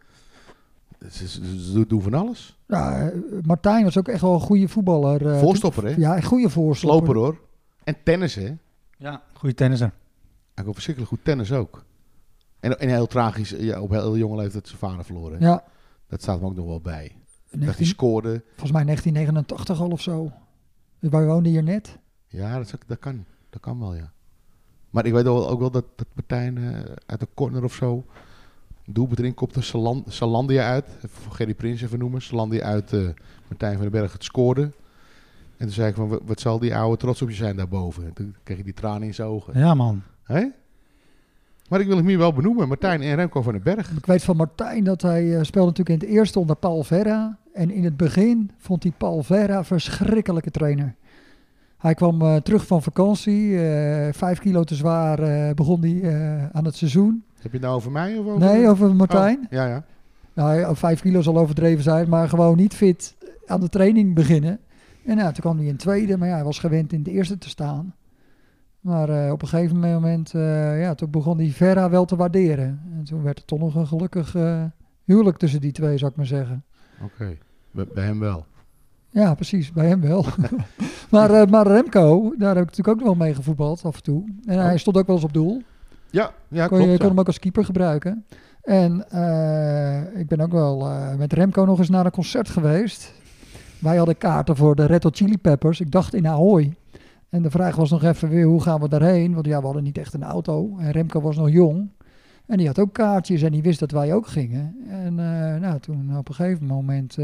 Ze doen van alles. Ja, Martijn was ook echt wel een goede voetballer. Voorstopper, hè? Ja, een goede voorstopper. Sloper, hoor. En tennis, hè? Ja, goede tennisser. Hij kon verschrikkelijk goed tennis ook. En heel tragisch, op heel jonge leeftijd zijn vader verloren. hè? Ja, Dat staat me ook nog wel bij. Dat hij 19, scoorde. volgens mij 1989 al of zo. Dus wij woonden hier net. Ja, dat kan. Dat kan wel, ja. Maar ik weet ook wel dat Martijn uit de corner of zo... een doelpunt erin kopte, Salandia uit. Even voor Gerry Prins even noemen. Salandia uit, Martijn van den Berg het scoorde. En toen zei ik van, wat zal die oude trots op je zijn daarboven? En toen kreeg je die tranen in zijn ogen. Ja, man. Hé? Maar ik wil hem hier wel benoemen. Martijn en Remco van den Berg. Ik weet van Martijn dat hij speelde natuurlijk in het eerste onder Paul Verra. En in het begin vond hij Paul Verra een verschrikkelijke trainer. Hij kwam terug van vakantie. 5 kilo te zwaar begon hij aan het seizoen. Heb je het nou over mij? Of over... Nee, over Martijn. Oh, ja, ja. Nou, 5 kilo zal overdreven zijn, maar gewoon niet fit aan de training beginnen. En toen kwam hij in tweede, maar ja, hij was gewend in de eerste te staan. Maar op een gegeven moment, toen begon hij Verra wel te waarderen. En toen werd het toch nog een gelukkig huwelijk tussen die twee, zou ik maar zeggen. Oké. Bij hem wel. Ja, precies, bij hem wel. maar Remco, daar heb ik natuurlijk ook nog wel mee gevoetbald af en toe. En hij stond ook wel eens op doel. Ja, kon klopt. je ja. kon hem ook als keeper gebruiken. En ik ben ook wel met Remco nog eens naar een concert geweest. Wij hadden kaarten voor de Red Hot Chili Peppers. Ik dacht in Ahoy. En de vraag was nog even weer, hoe gaan we daarheen? Want ja, we hadden niet echt een auto. En Remco was nog jong. En die had ook kaartjes en die wist dat wij ook gingen. En toen op een gegeven moment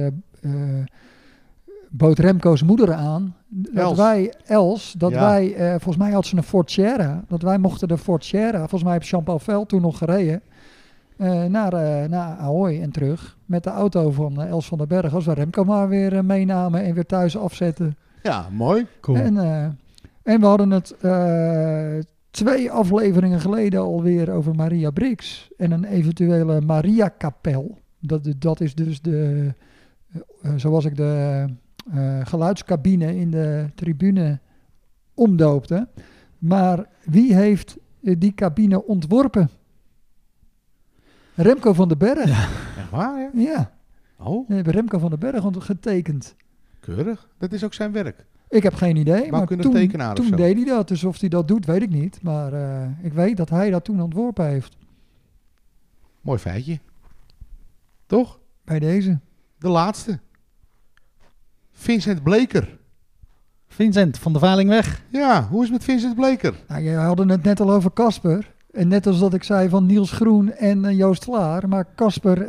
bood Remco's moeder aan. Dat wij, volgens mij had ze een Ford Sierra. Dat wij mochten de Ford Sierra, volgens mij heeft Jean-Paul Veld toen nog gereden. Naar Ahoy en terug. Met de auto van Els van den Berg. Als we Remco maar weer meenamen en weer thuis afzetten. Ja, mooi. Cool. En we hadden het 2 afleveringen geleden alweer over Maria Brix. En een eventuele Maria-kapel. Dat is dus zoals ik de geluidscabine in de tribune omdoopte. Maar wie heeft die cabine ontworpen? Remco van den Berg. Ja. Echt waar, ja? Ja, Oh, we hebben Remco van den Berg getekend. keurig. Dat is ook zijn werk. Ik heb geen idee, maar Bouwkundig tekenaar of toen zo. deed hij dat. Dus of hij dat doet, weet ik niet. Maar ik weet dat hij dat toen ontworpen heeft. Mooi feitje. Toch? Bij deze. De laatste. Vincent Bleker. Vincent van de Veilingweg. Ja, hoe is het met Vincent Bleker? Nou, je hadden het net al over Casper. En net als dat ik zei van Niels Groen en Joost Vlaar. Maar Casper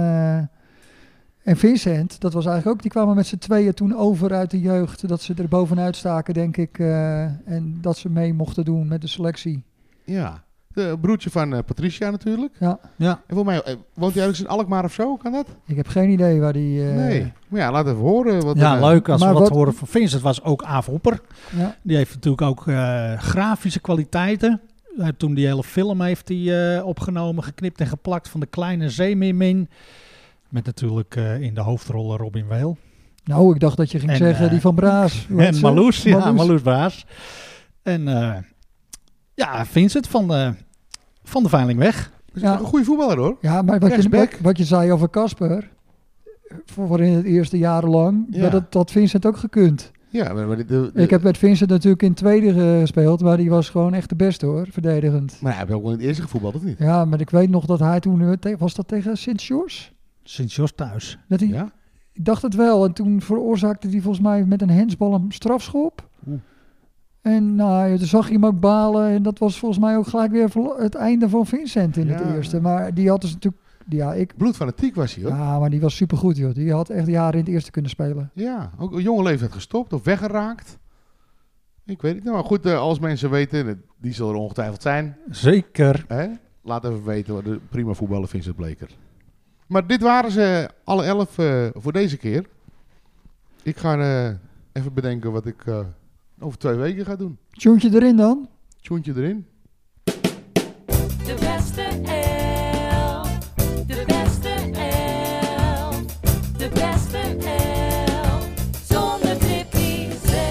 en Vincent, dat was eigenlijk ook, die kwamen met z'n tweeën toen over uit de jeugd. Dat ze er bovenuit staken, denk ik. En dat ze mee mochten doen met de selectie. Ja, de broertje van Patricia natuurlijk. Ja, Ja. En voor mij woont hij ergens in Alkmaar of zo, kan dat? ik heb geen idee waar die... Nee. Maar ja, laat even horen. Wat Ja, leuk als we maar wat wat- horen van Vincent. Was ook Aaf Hopper. Ja, Die heeft natuurlijk ook grafische kwaliteiten. Toen die hele film heeft hij opgenomen, geknipt en geplakt van de kleine Zeemeermin. Met natuurlijk in de hoofdrollen Robin Weel. nou, ik dacht dat je ging En, zeggen die van Braas. Hoe heet En ze? Marloes, ja, Marloes Baas. En Vincent van de Veilingweg. is Ja. een goede voetballer hoor. Ja, maar Rechtsback. wat je zei over Casper, voor in het eerste jarenlang, Ja. dat had Vincent ook gekund. Ja, maar Ik heb met Vincent natuurlijk in het tweede gespeeld, maar die was gewoon echt de beste hoor, verdedigend. Maar hij heeft ook wel in het eerste gevoetbald, of niet? Ja, maar ik weet nog dat hij toen, was dat tegen Sint-George? Sint-Jos thuis. Dat hij, Ja? Ik dacht het wel, en toen veroorzaakte hij volgens mij met een hensbal een strafschop. Oeh. En nou, toen zag je hem ook balen. En dat was volgens mij ook gelijk weer het einde van Vincent in het Ja. eerste. Maar die had dus natuurlijk... Bloedfanatiek was hij, hoor. Ja, maar die was supergoed, joh. Die had echt jaren in het eerste kunnen spelen. Ja, ook een jonge leeftijd gestopt of weggeraakt. Ik weet het niet. Maar goed, als mensen weten, die zullen er ongetwijfeld zijn. Zeker. Hè? Laat even weten, de prima voetballer Vincent Bleker. Maar dit waren ze alle 11 voor deze keer. Ik ga even bedenken wat ik over 2 weken ga doen. Tjoentje erin dan. Tjoentje erin. De beste elf. De beste elf. De beste elf. Zonder Tippy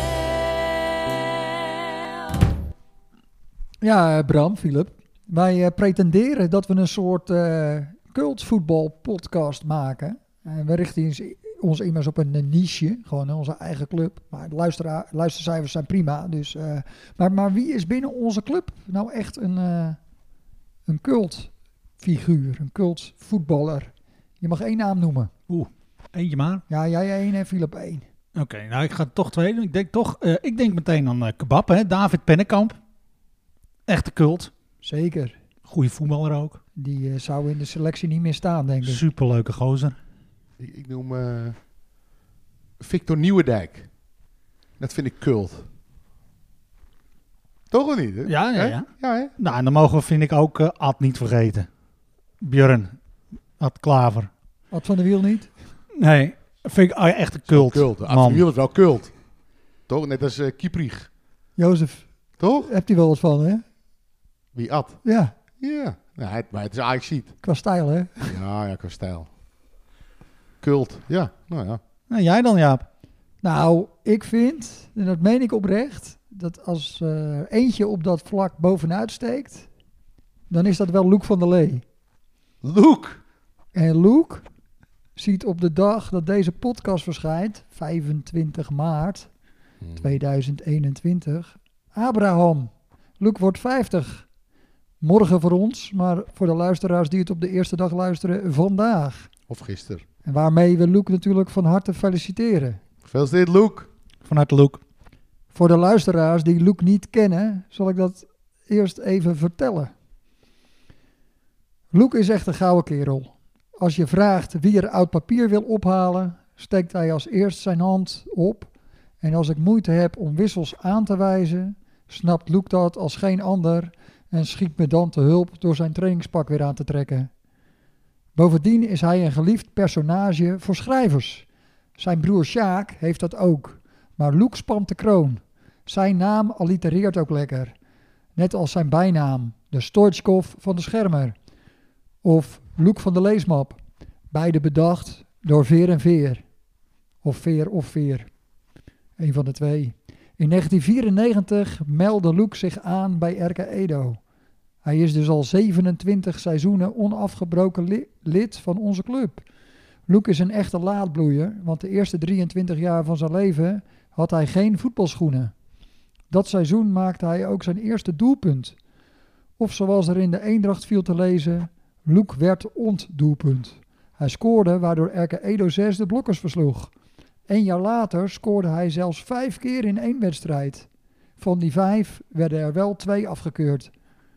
zelf. Ja, Bram, Philip. Wij pretenderen dat we een soort cultvoetbalpodcast maken. En we richten ons immers op een niche, gewoon onze eigen club. Maar de luistercijfers zijn prima. Dus, maar wie is binnen onze club nou echt een cultfiguur, een cultvoetballer? Je mag 1 naam noemen. Eentje maar. Ja, jij 1 en Philip 1. Oké, nou ik ga toch 2 doen. Ik denk meteen aan Kebab, hè. David Pennekamp. Echte cult. Zeker. Goeie voetballer ook. Die zou in de selectie niet meer staan, denk ik. Superleuke gozer. Ik noem Victor Nieuwendijk. Dat vind ik cult. Toch of niet? Hè? Ja. Hè? Ja, hè? Nou, en dan mogen we, vind ik, ook Ad niet vergeten. Björn. Ad Klaver. Ad van der Wiel niet? Nee, vind ik echt een cult. Cult. man. Van Wiel is wel cult. Toch? Net als Kieprich. Jozef, Toch? hebt hij wel wat van, hè? Wie Ad? Ja, Ja. Nou, maar het is Ajax-ziet. qua stijl, hè? Ja, qua stijl. Cult. Ja, nou ja. En jij dan, Jaap? Nou, ik vind, en dat meen ik oprecht, dat als eentje op dat vlak bovenuit steekt, dan is dat wel Loek van der Lee. Luke. En Loek ziet op de dag dat deze podcast verschijnt, 25 maart 2021, Abraham. Loek wordt 50. Morgen voor ons, maar voor de luisteraars die het op de eerste dag luisteren, vandaag. Of gisteren. En waarmee we Loek natuurlijk van harte feliciteren. Gefeliciteerd, Luke. Van harte Loek. Voor de luisteraars die Loek niet kennen, zal ik dat eerst even vertellen. Loek is echt een gouden kerel. Als je vraagt wie er oud papier wil ophalen, steekt hij als eerst zijn hand op. En als ik moeite heb om wissels aan te wijzen, snapt Loek dat als geen ander en schiet me dan te hulp door zijn trainingspak weer aan te trekken. Bovendien is hij een geliefd personage voor schrijvers. Zijn broer Sjaak heeft dat ook. Maar Loek spant de kroon. Zijn naam allitereert ook lekker. Net als zijn bijnaam, de Stoichkov van de Schermer. Of Loek van de Leesmap. Beide bedacht door Veer en Veer. Of Veer of Veer. Een van de twee. In 1994 meldde Loek zich aan bij RK Edo. Hij is dus al 27 seizoenen onafgebroken lid van onze club. Loek is een echte laadbloeier, want de eerste 23 jaar van zijn leven had hij geen voetbalschoenen. Dat seizoen maakte hij ook zijn eerste doelpunt. Of zoals er in de Eendracht viel te lezen, Loek werd ontdoelpunt. Hij scoorde waardoor RK Edo 6 de Blokkers versloeg. 1 jaar later scoorde hij zelfs 5 keer in 1 wedstrijd. Van die 5 werden er wel 2 afgekeurd.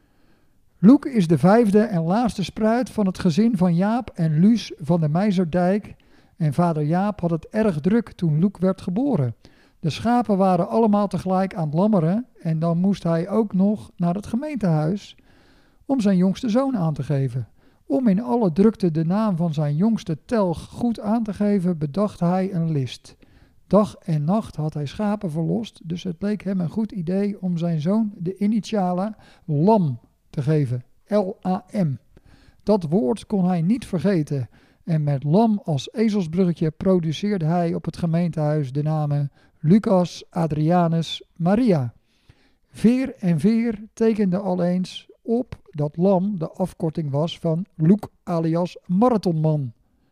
Loek is de 5e en laatste spruit van het gezin van Jaap en Luus van de Meizerdijk. En vader Jaap had het erg druk toen Loek werd geboren. De schapen waren allemaal tegelijk aan het lammeren en dan moest hij ook nog naar het gemeentehuis om zijn jongste zoon aan te geven. Om in alle drukte de naam van zijn jongste telg goed aan te geven, bedacht hij een list. Dag en nacht had hij schapen verlost, dus het leek hem een goed idee om zijn zoon de initialen Lam te geven. L-A-M. Dat woord kon hij niet vergeten. En met Lam als ezelsbruggetje produceerde hij op het gemeentehuis de namen Lucas, Adrianus, Maria. Veer en Veer tekende al eens op dat Lam de afkorting was van Loek alias Marathonman.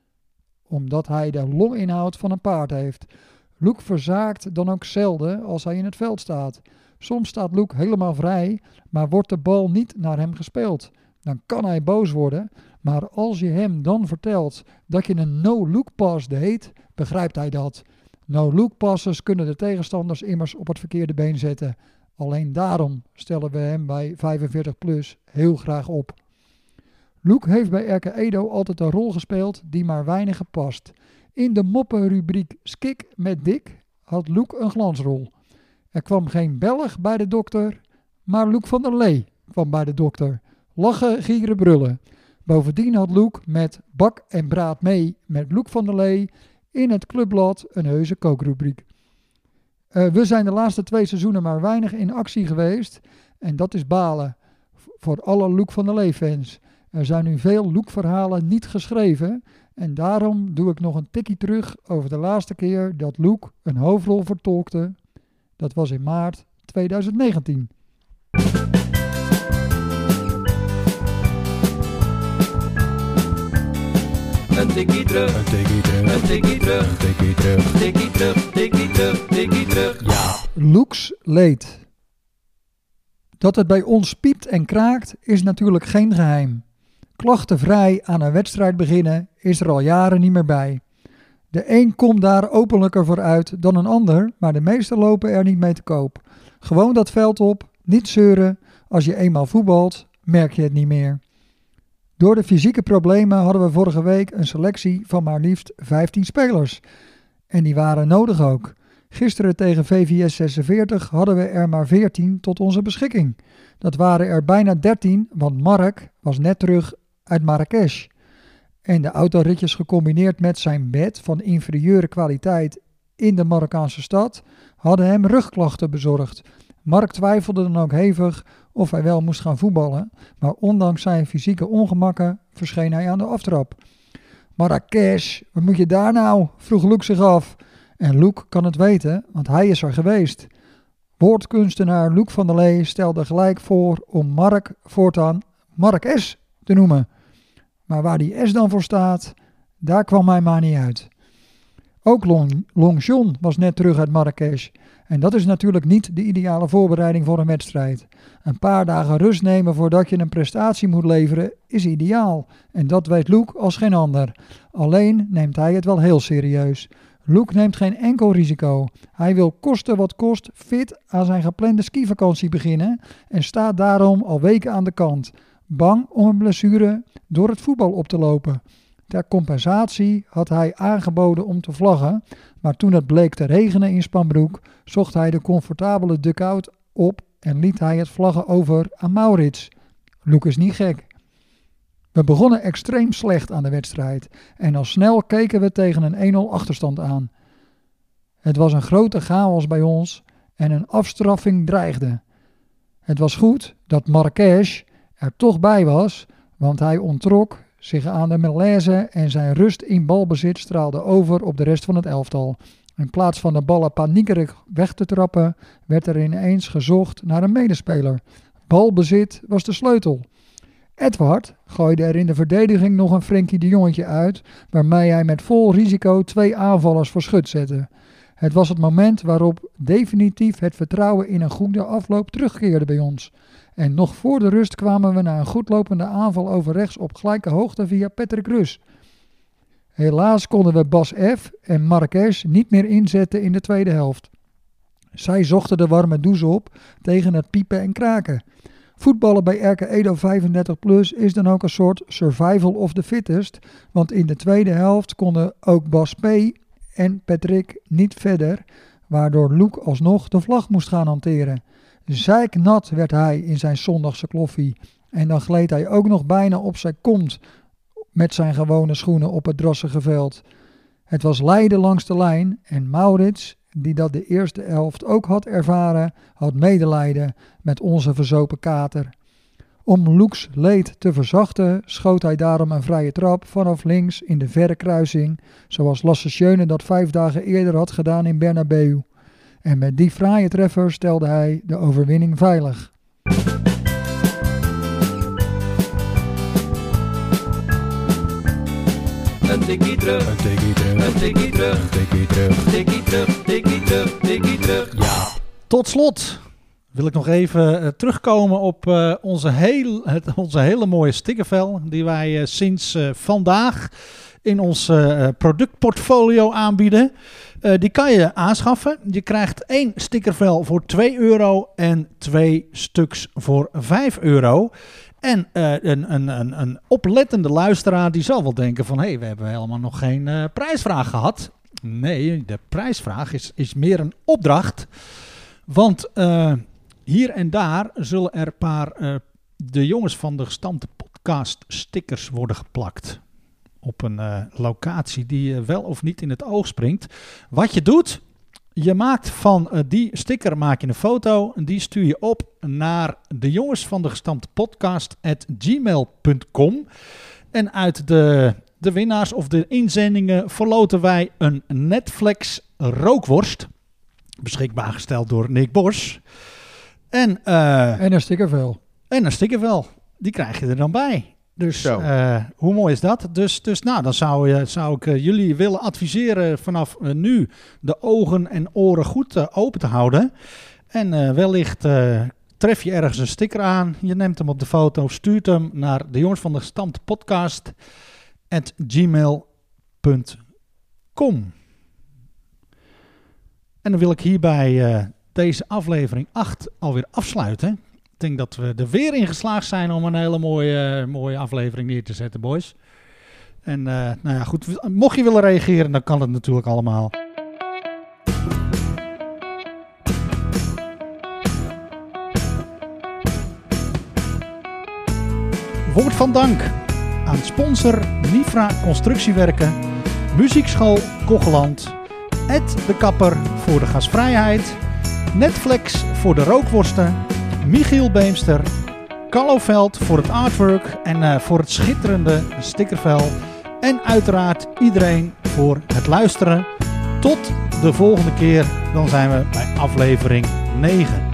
Omdat hij de longinhoud van een paard heeft. Loek verzaakt dan ook zelden als hij in het veld staat. Soms staat Loek helemaal vrij, maar wordt de bal niet naar hem gespeeld. Dan kan hij boos worden, maar als je hem dan vertelt dat je een no-look pass deed, begrijpt hij dat. No-look passes kunnen de tegenstanders immers op het verkeerde been zetten. Alleen daarom stellen we hem bij 45 plus heel graag op. Luc heeft bij RK Edo altijd een rol gespeeld die maar weinigen past. In de moppenrubriek Skik met Dick had Luc een glansrol. Er kwam geen Belg bij de dokter, maar Luc van der Lee kwam bij de dokter. Lachen, gieren, brullen. Bovendien had Luc met Bak en Braad mee met Luc van der Lee in het clubblad een heuse kookrubriek. We zijn de laatste 2 seizoenen maar weinig in actie geweest en dat is balen voor alle Luc van der Lee fans. Er zijn nu veel Luc-verhalen niet geschreven en daarom doe ik nog een tikkie terug over de laatste keer dat Luc een hoofdrol vertolkte. Dat was in maart 2019. Een tikkie terug, een tikkie terug, een tikkie terug, een tikkie terug, tikkie terug, tikkie terug, tikkie terug. Ja. Lucs leed. Dat het bij ons piept en kraakt is natuurlijk geen geheim. Klachtenvrij aan een wedstrijd beginnen is er al jaren niet meer bij. De een komt daar openlijker voor uit dan een ander, maar de meesten lopen er niet mee te koop. Gewoon dat veld op, niet zeuren. Als je eenmaal voetbalt, merk je het niet meer. Door de fysieke problemen hadden we vorige week een selectie van maar liefst 15 spelers. En die waren nodig ook. Gisteren tegen VVS 46 hadden we er maar 14 tot onze beschikking. Dat waren er bijna 13, want Mark was net terug uit Marrakesh. En de autoritjes gecombineerd met zijn bed van inferieure kwaliteit in de Marokkaanse stad hadden hem rugklachten bezorgd. Mark twijfelde dan ook hevig of hij wel moest gaan voetballen, maar ondanks zijn fysieke ongemakken verscheen hij aan de aftrap. Marrakesh, wat moet je daar nou? Vroeg Luc zich af. En Luc kan het weten, want hij is er geweest. Woordkunstenaar Luc van der Lee stelde gelijk voor om Mark voortaan Marrakesh te noemen. Maar waar die S dan voor staat, daar kwam hij maar niet uit. Ook Long John was net terug uit Marrakesh. En dat is natuurlijk niet de ideale voorbereiding voor een wedstrijd. Een paar dagen rust nemen voordat je een prestatie moet leveren is ideaal. En dat weet Luc als geen ander. Alleen neemt hij het wel heel serieus. Luc neemt geen enkel risico. Hij wil koste wat kost fit aan zijn geplande skivakantie beginnen en staat daarom al weken aan de kant. Bang om een blessure door het voetbal op te lopen. Ter compensatie had hij aangeboden om te vlaggen, maar toen het bleek te regenen in Spanbroek, zocht hij de comfortabele dugout op en liet hij het vlaggen over aan Maurits. Luc is niet gek. We begonnen extreem slecht aan de wedstrijd en al snel keken we tegen een 1-0 achterstand aan. Het was een grote chaos bij ons en een afstraffing dreigde. Het was goed dat Marrakesh er toch bij was, want hij onttrok zich aan de malaise en zijn rust in balbezit straalde over op de rest van het elftal. In plaats van de ballen paniekerig weg te trappen, werd er ineens gezocht naar een medespeler. Balbezit was de sleutel. Edward gooide er in de verdediging nog een Frenkie de Jongetje uit, waarmee hij met vol risico 2 aanvallers voor schut zette. Het was het moment waarop definitief het vertrouwen in een goede afloop terugkeerde bij ons. En nog voor de rust kwamen we na een goedlopende aanval over rechts op gelijke hoogte via Patrick Rus. Helaas konden we Bas F. en Marrakesh niet meer inzetten in de tweede helft. Zij zochten de warme douche op tegen het piepen en kraken. Voetballen bij RK Edo 35 plus is dan ook een soort survival of the fittest, want in de tweede helft konden ook Bas P. en Patrick niet verder, waardoor Luc alsnog de vlag moest gaan hanteren. Zeiknat werd hij in zijn zondagse kloffie en dan gleed hij ook nog bijna op zijn kont met zijn gewone schoenen op het drassige veld. Het was lijden langs de lijn en Maurits, die dat de eerste helft ook had ervaren, had medelijden met onze verzopen kater. Om Luc's leed te verzachten schoot hij daarom een vrije trap vanaf links in de verre kruising, zoals Lasse Schöne dat 5 dagen eerder had gedaan in Bernabeu. En met die fraaie treffer stelde hij de overwinning veilig. Een tikkie terug, een tikkie terug, een tikkie terug, tikkie terug, tikkie terug, tikkie terug, tikkie terug. Ja. Tot slot, wil ik nog even terugkomen op onze hele mooie stickervel die wij sinds vandaag in ons productportfolio aanbieden. Die kan je aanschaffen. Je krijgt 1 stickervel voor €2 en 2 stuks voor €5. En een oplettende luisteraar die zal wel denken van... we hebben helemaal nog geen prijsvraag gehad. Nee, de prijsvraag is meer een opdracht. Want hier en daar zullen er een paar de jongens van de gestampte podcast stickers worden geplakt. Op een locatie die wel of niet in het oog springt. Wat je doet, je maakt van die sticker maak je een foto. En die stuur je op naar de jongens van de gestampte podcast @gmail.com. En uit de winnaars of de inzendingen verloten wij een Netflix rookworst. Beschikbaar gesteld door Nick Bos. En een stickervel. En een stickervel. Die krijg je er dan bij. Dus hoe mooi is dat? Dus nou, dan zou ik jullie willen adviseren vanaf nu de ogen en oren goed open te houden. En wellicht tref je ergens een sticker aan. Je neemt hem op de foto, stuurt hem naar de jongens van de gestampte podcast @gmail.com. En dan wil ik hierbij deze aflevering 8 alweer afsluiten. Ik denk dat we er weer in geslaagd zijn om een hele mooie aflevering neer te zetten, boys. En nou ja, goed, mocht je willen reageren, dan kan het natuurlijk allemaal. Woord van dank aan sponsor Nifra Constructiewerken, Muziekschool Kocheland, Ed de Kapper voor de gasvrijheid, Netflix voor de rookworsten, Michiel Beemster, Carlo Veld voor het artwork en voor het schitterende stickervel. En uiteraard iedereen voor het luisteren. Tot de volgende keer, dan zijn we bij aflevering 9.